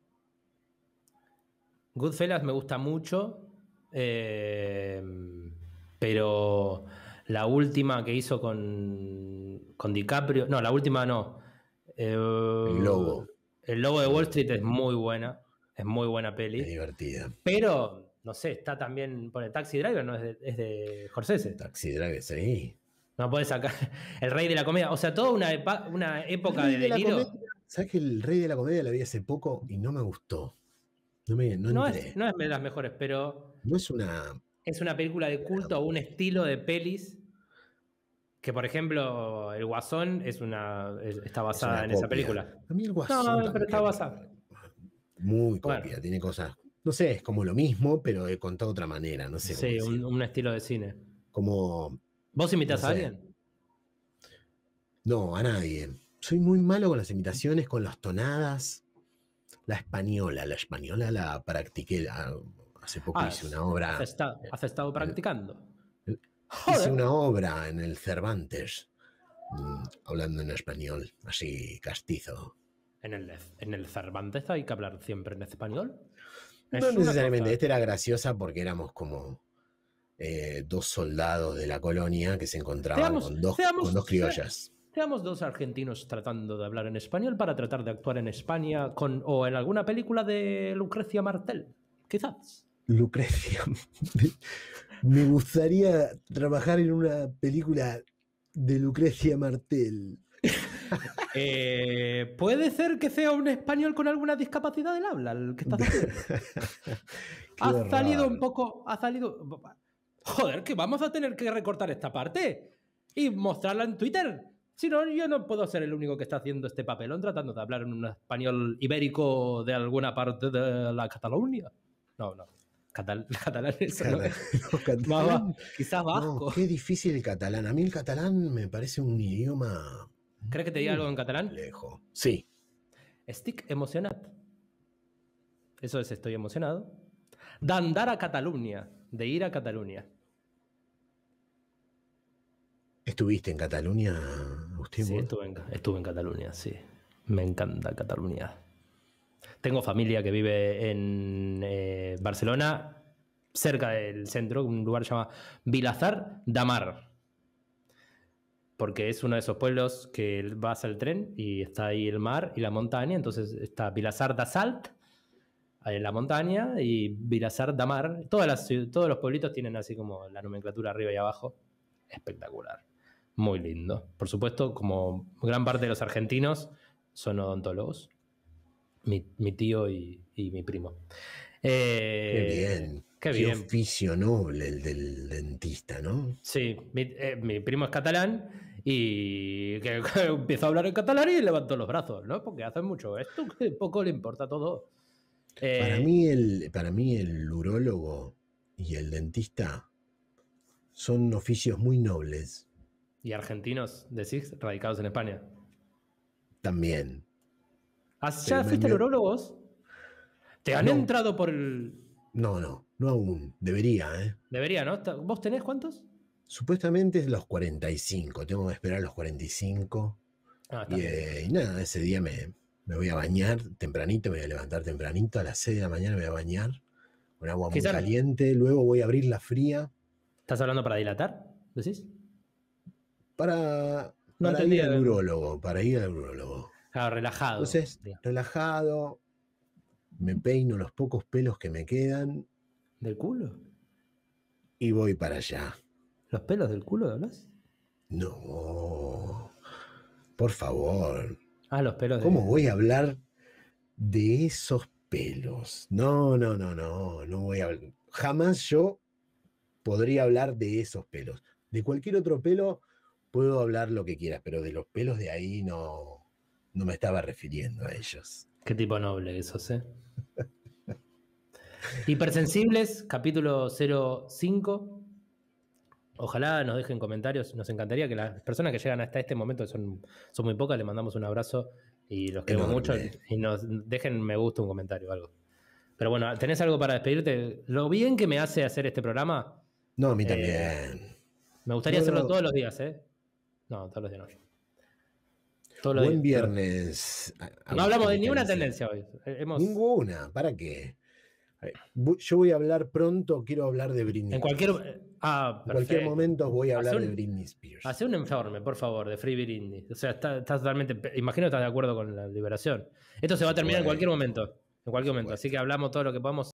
Goodfellas me gusta mucho. eh, pero la última que hizo con, con DiCaprio. No, la última no. Eh, El Lobo. El Lobo de Wall Street es muy buena. Es muy buena Es peli. divertida. Pero, no sé, está también. Pone Taxi Driver, no es de, es de Scorsese. Taxi Driver, sí. No puedes sacar El Rey de la Comedia. O sea, toda una, epa- una El época Rey de de De la Niro. Comedia. ¿Sabes que el Rey de la Comedia la vi hace poco y no me gustó? No, me, no No entré. es, no es de las mejores, pero No es una. es una película de culto a un estilo de pelis que, por ejemplo, El Guasón es una, es- está Es basada una en esa copia. película. A mí el Guasón No, pero está también. basada. Muy Bueno. copia, tiene cosas. No sé, es como lo mismo, pero he contado de otra manera. No sé cómo Sí, decir. un, un estilo de cine. Como. ¿Vos imitas No a sé. alguien? No, a nadie. Soy muy malo con las imitaciones, con las tonadas. La española, la española la practiqué. la- hace poco Ah, hice una obra. has, esta- has estado practicando. Hice Joder. una obra en el Cervantes, mm, hablando en español, así castizo. En el, en el Cervantes hay que hablar siempre en español. Es No una necesariamente, cosa- esta era graciosa porque éramos como eh, dos soldados de la colonia que se encontraban Seamos- con, dos, seamos- con dos criollas. Seamos dos argentinos tratando de hablar en español para tratar de actuar en España con, o en alguna película de Lucrecia Martel. Quizás. Lucrecia, me gustaría trabajar en una película de Lucrecia Martel. Eh, puede ser que sea un español con alguna discapacidad del habla el que estás haciendo. Qué Ha salido horror. un poco. Ha salido. Joder, que vamos a tener que recortar esta parte y mostrarla en Twitter. Si no, yo no puedo ser el único que está haciendo este papelón tratando de hablar en un español ibérico de alguna parte de la Cataluña. No, no. Catal catalán es ¿no? No, catalán. Más va- quizás No, vasco. qué difícil el catalán. A mí el catalán me parece un idioma ¿Crees que te diga algo en catalán? complejo. Sí, Estic emocionat. Eso es estoy emocionado. D'andar a Catalunya, de ir a Cataluña. ¿Estuviste en Cataluña, Agustín? Sí, estuve en, estuve en Cataluña, sí. Me encanta Cataluña. Tengo familia que vive en eh, Barcelona, cerca del centro, un lugar que se llama Vilassar de Mar. Porque es uno de esos pueblos que vas al tren y está ahí el mar y la montaña. Entonces está Vilassar de Salt, en la montaña, y Vilassar de Mar. Todas las, todos los pueblitos tienen así como la nomenclatura arriba y abajo. Espectacular. Muy lindo. Por supuesto, como gran parte de los argentinos son odontólogos. Mi, mi tío y, y mi primo. Eh, qué bien. Qué, qué bien. oficio noble el del dentista, ¿no? Sí, mi, eh, mi primo es catalán y que, que empezó a hablar en catalán y levantó los brazos, ¿no? Porque hace mucho esto, que poco le importa todo. Eh, para, mí el, para mí el urólogo y el dentista son oficios muy nobles. Y argentinos, decís, radicados en España. También. ¿Ya fuiste al urólogo vos? ¿Te han no, entrado por el...? No, no, no aún. Debería, ¿eh? Debería, ¿no? ¿Vos tenés cuántos? Supuestamente es los cuarenta y cinco. Tengo que esperar los cuarenta y cinco. Ah, y, eh, y nada, ese día me, me voy a bañar tempranito. Me voy a levantar tempranito. A las seis de la mañana me voy a bañar con agua muy caliente. Luego voy a abrir la fría. ¿Estás hablando para dilatar? ¿Decís? Para, no para ir al urólogo. Para ir al urólogo. Claro, relajado. Entonces, digamos. relajado. Me peino los pocos pelos que me quedan. ¿Del culo? Y voy para allá. ¿Los pelos del culo hablas? No. Por favor. Ah, los pelos. ¿Cómo de... voy a hablar de esos pelos? No, no, no, no. No voy a hablar. Jamás yo podría hablar de esos pelos. De cualquier otro pelo puedo hablar lo que quieras, pero de los pelos de ahí no, no me estaba refiriendo a ellos. Qué tipo noble esos, ¿eh? Hipersensibles, capítulo cero cinco. Ojalá nos dejen comentarios. Nos encantaría que las personas que llegan hasta este momento, son, son muy pocas, les mandamos un abrazo y los queremos mucho. Y nos dejen me gusta, un comentario o algo. Pero bueno, ¿tenés algo para despedirte? Lo bien que me hace hacer este programa. No, a mí eh, también. Me gustaría no, hacerlo no. todos los días, ¿eh? No, todos los días no. Todos los Buen días, viernes. Pero... No hablamos de ninguna tendencia hoy. Hemos... Ninguna, ¿para qué? Yo voy a hablar pronto, quiero hablar de Britney En cualquier, Spears. Ah, en cualquier momento voy a hablar un, de Britney Spears. Hace un informe, por favor, de Free Britney. O sea, estás está totalmente. Imagino que estás de acuerdo con la liberación. Esto se va a terminar bueno, en cualquier momento. En cualquier momento. Así que hablamos todo lo que podamos.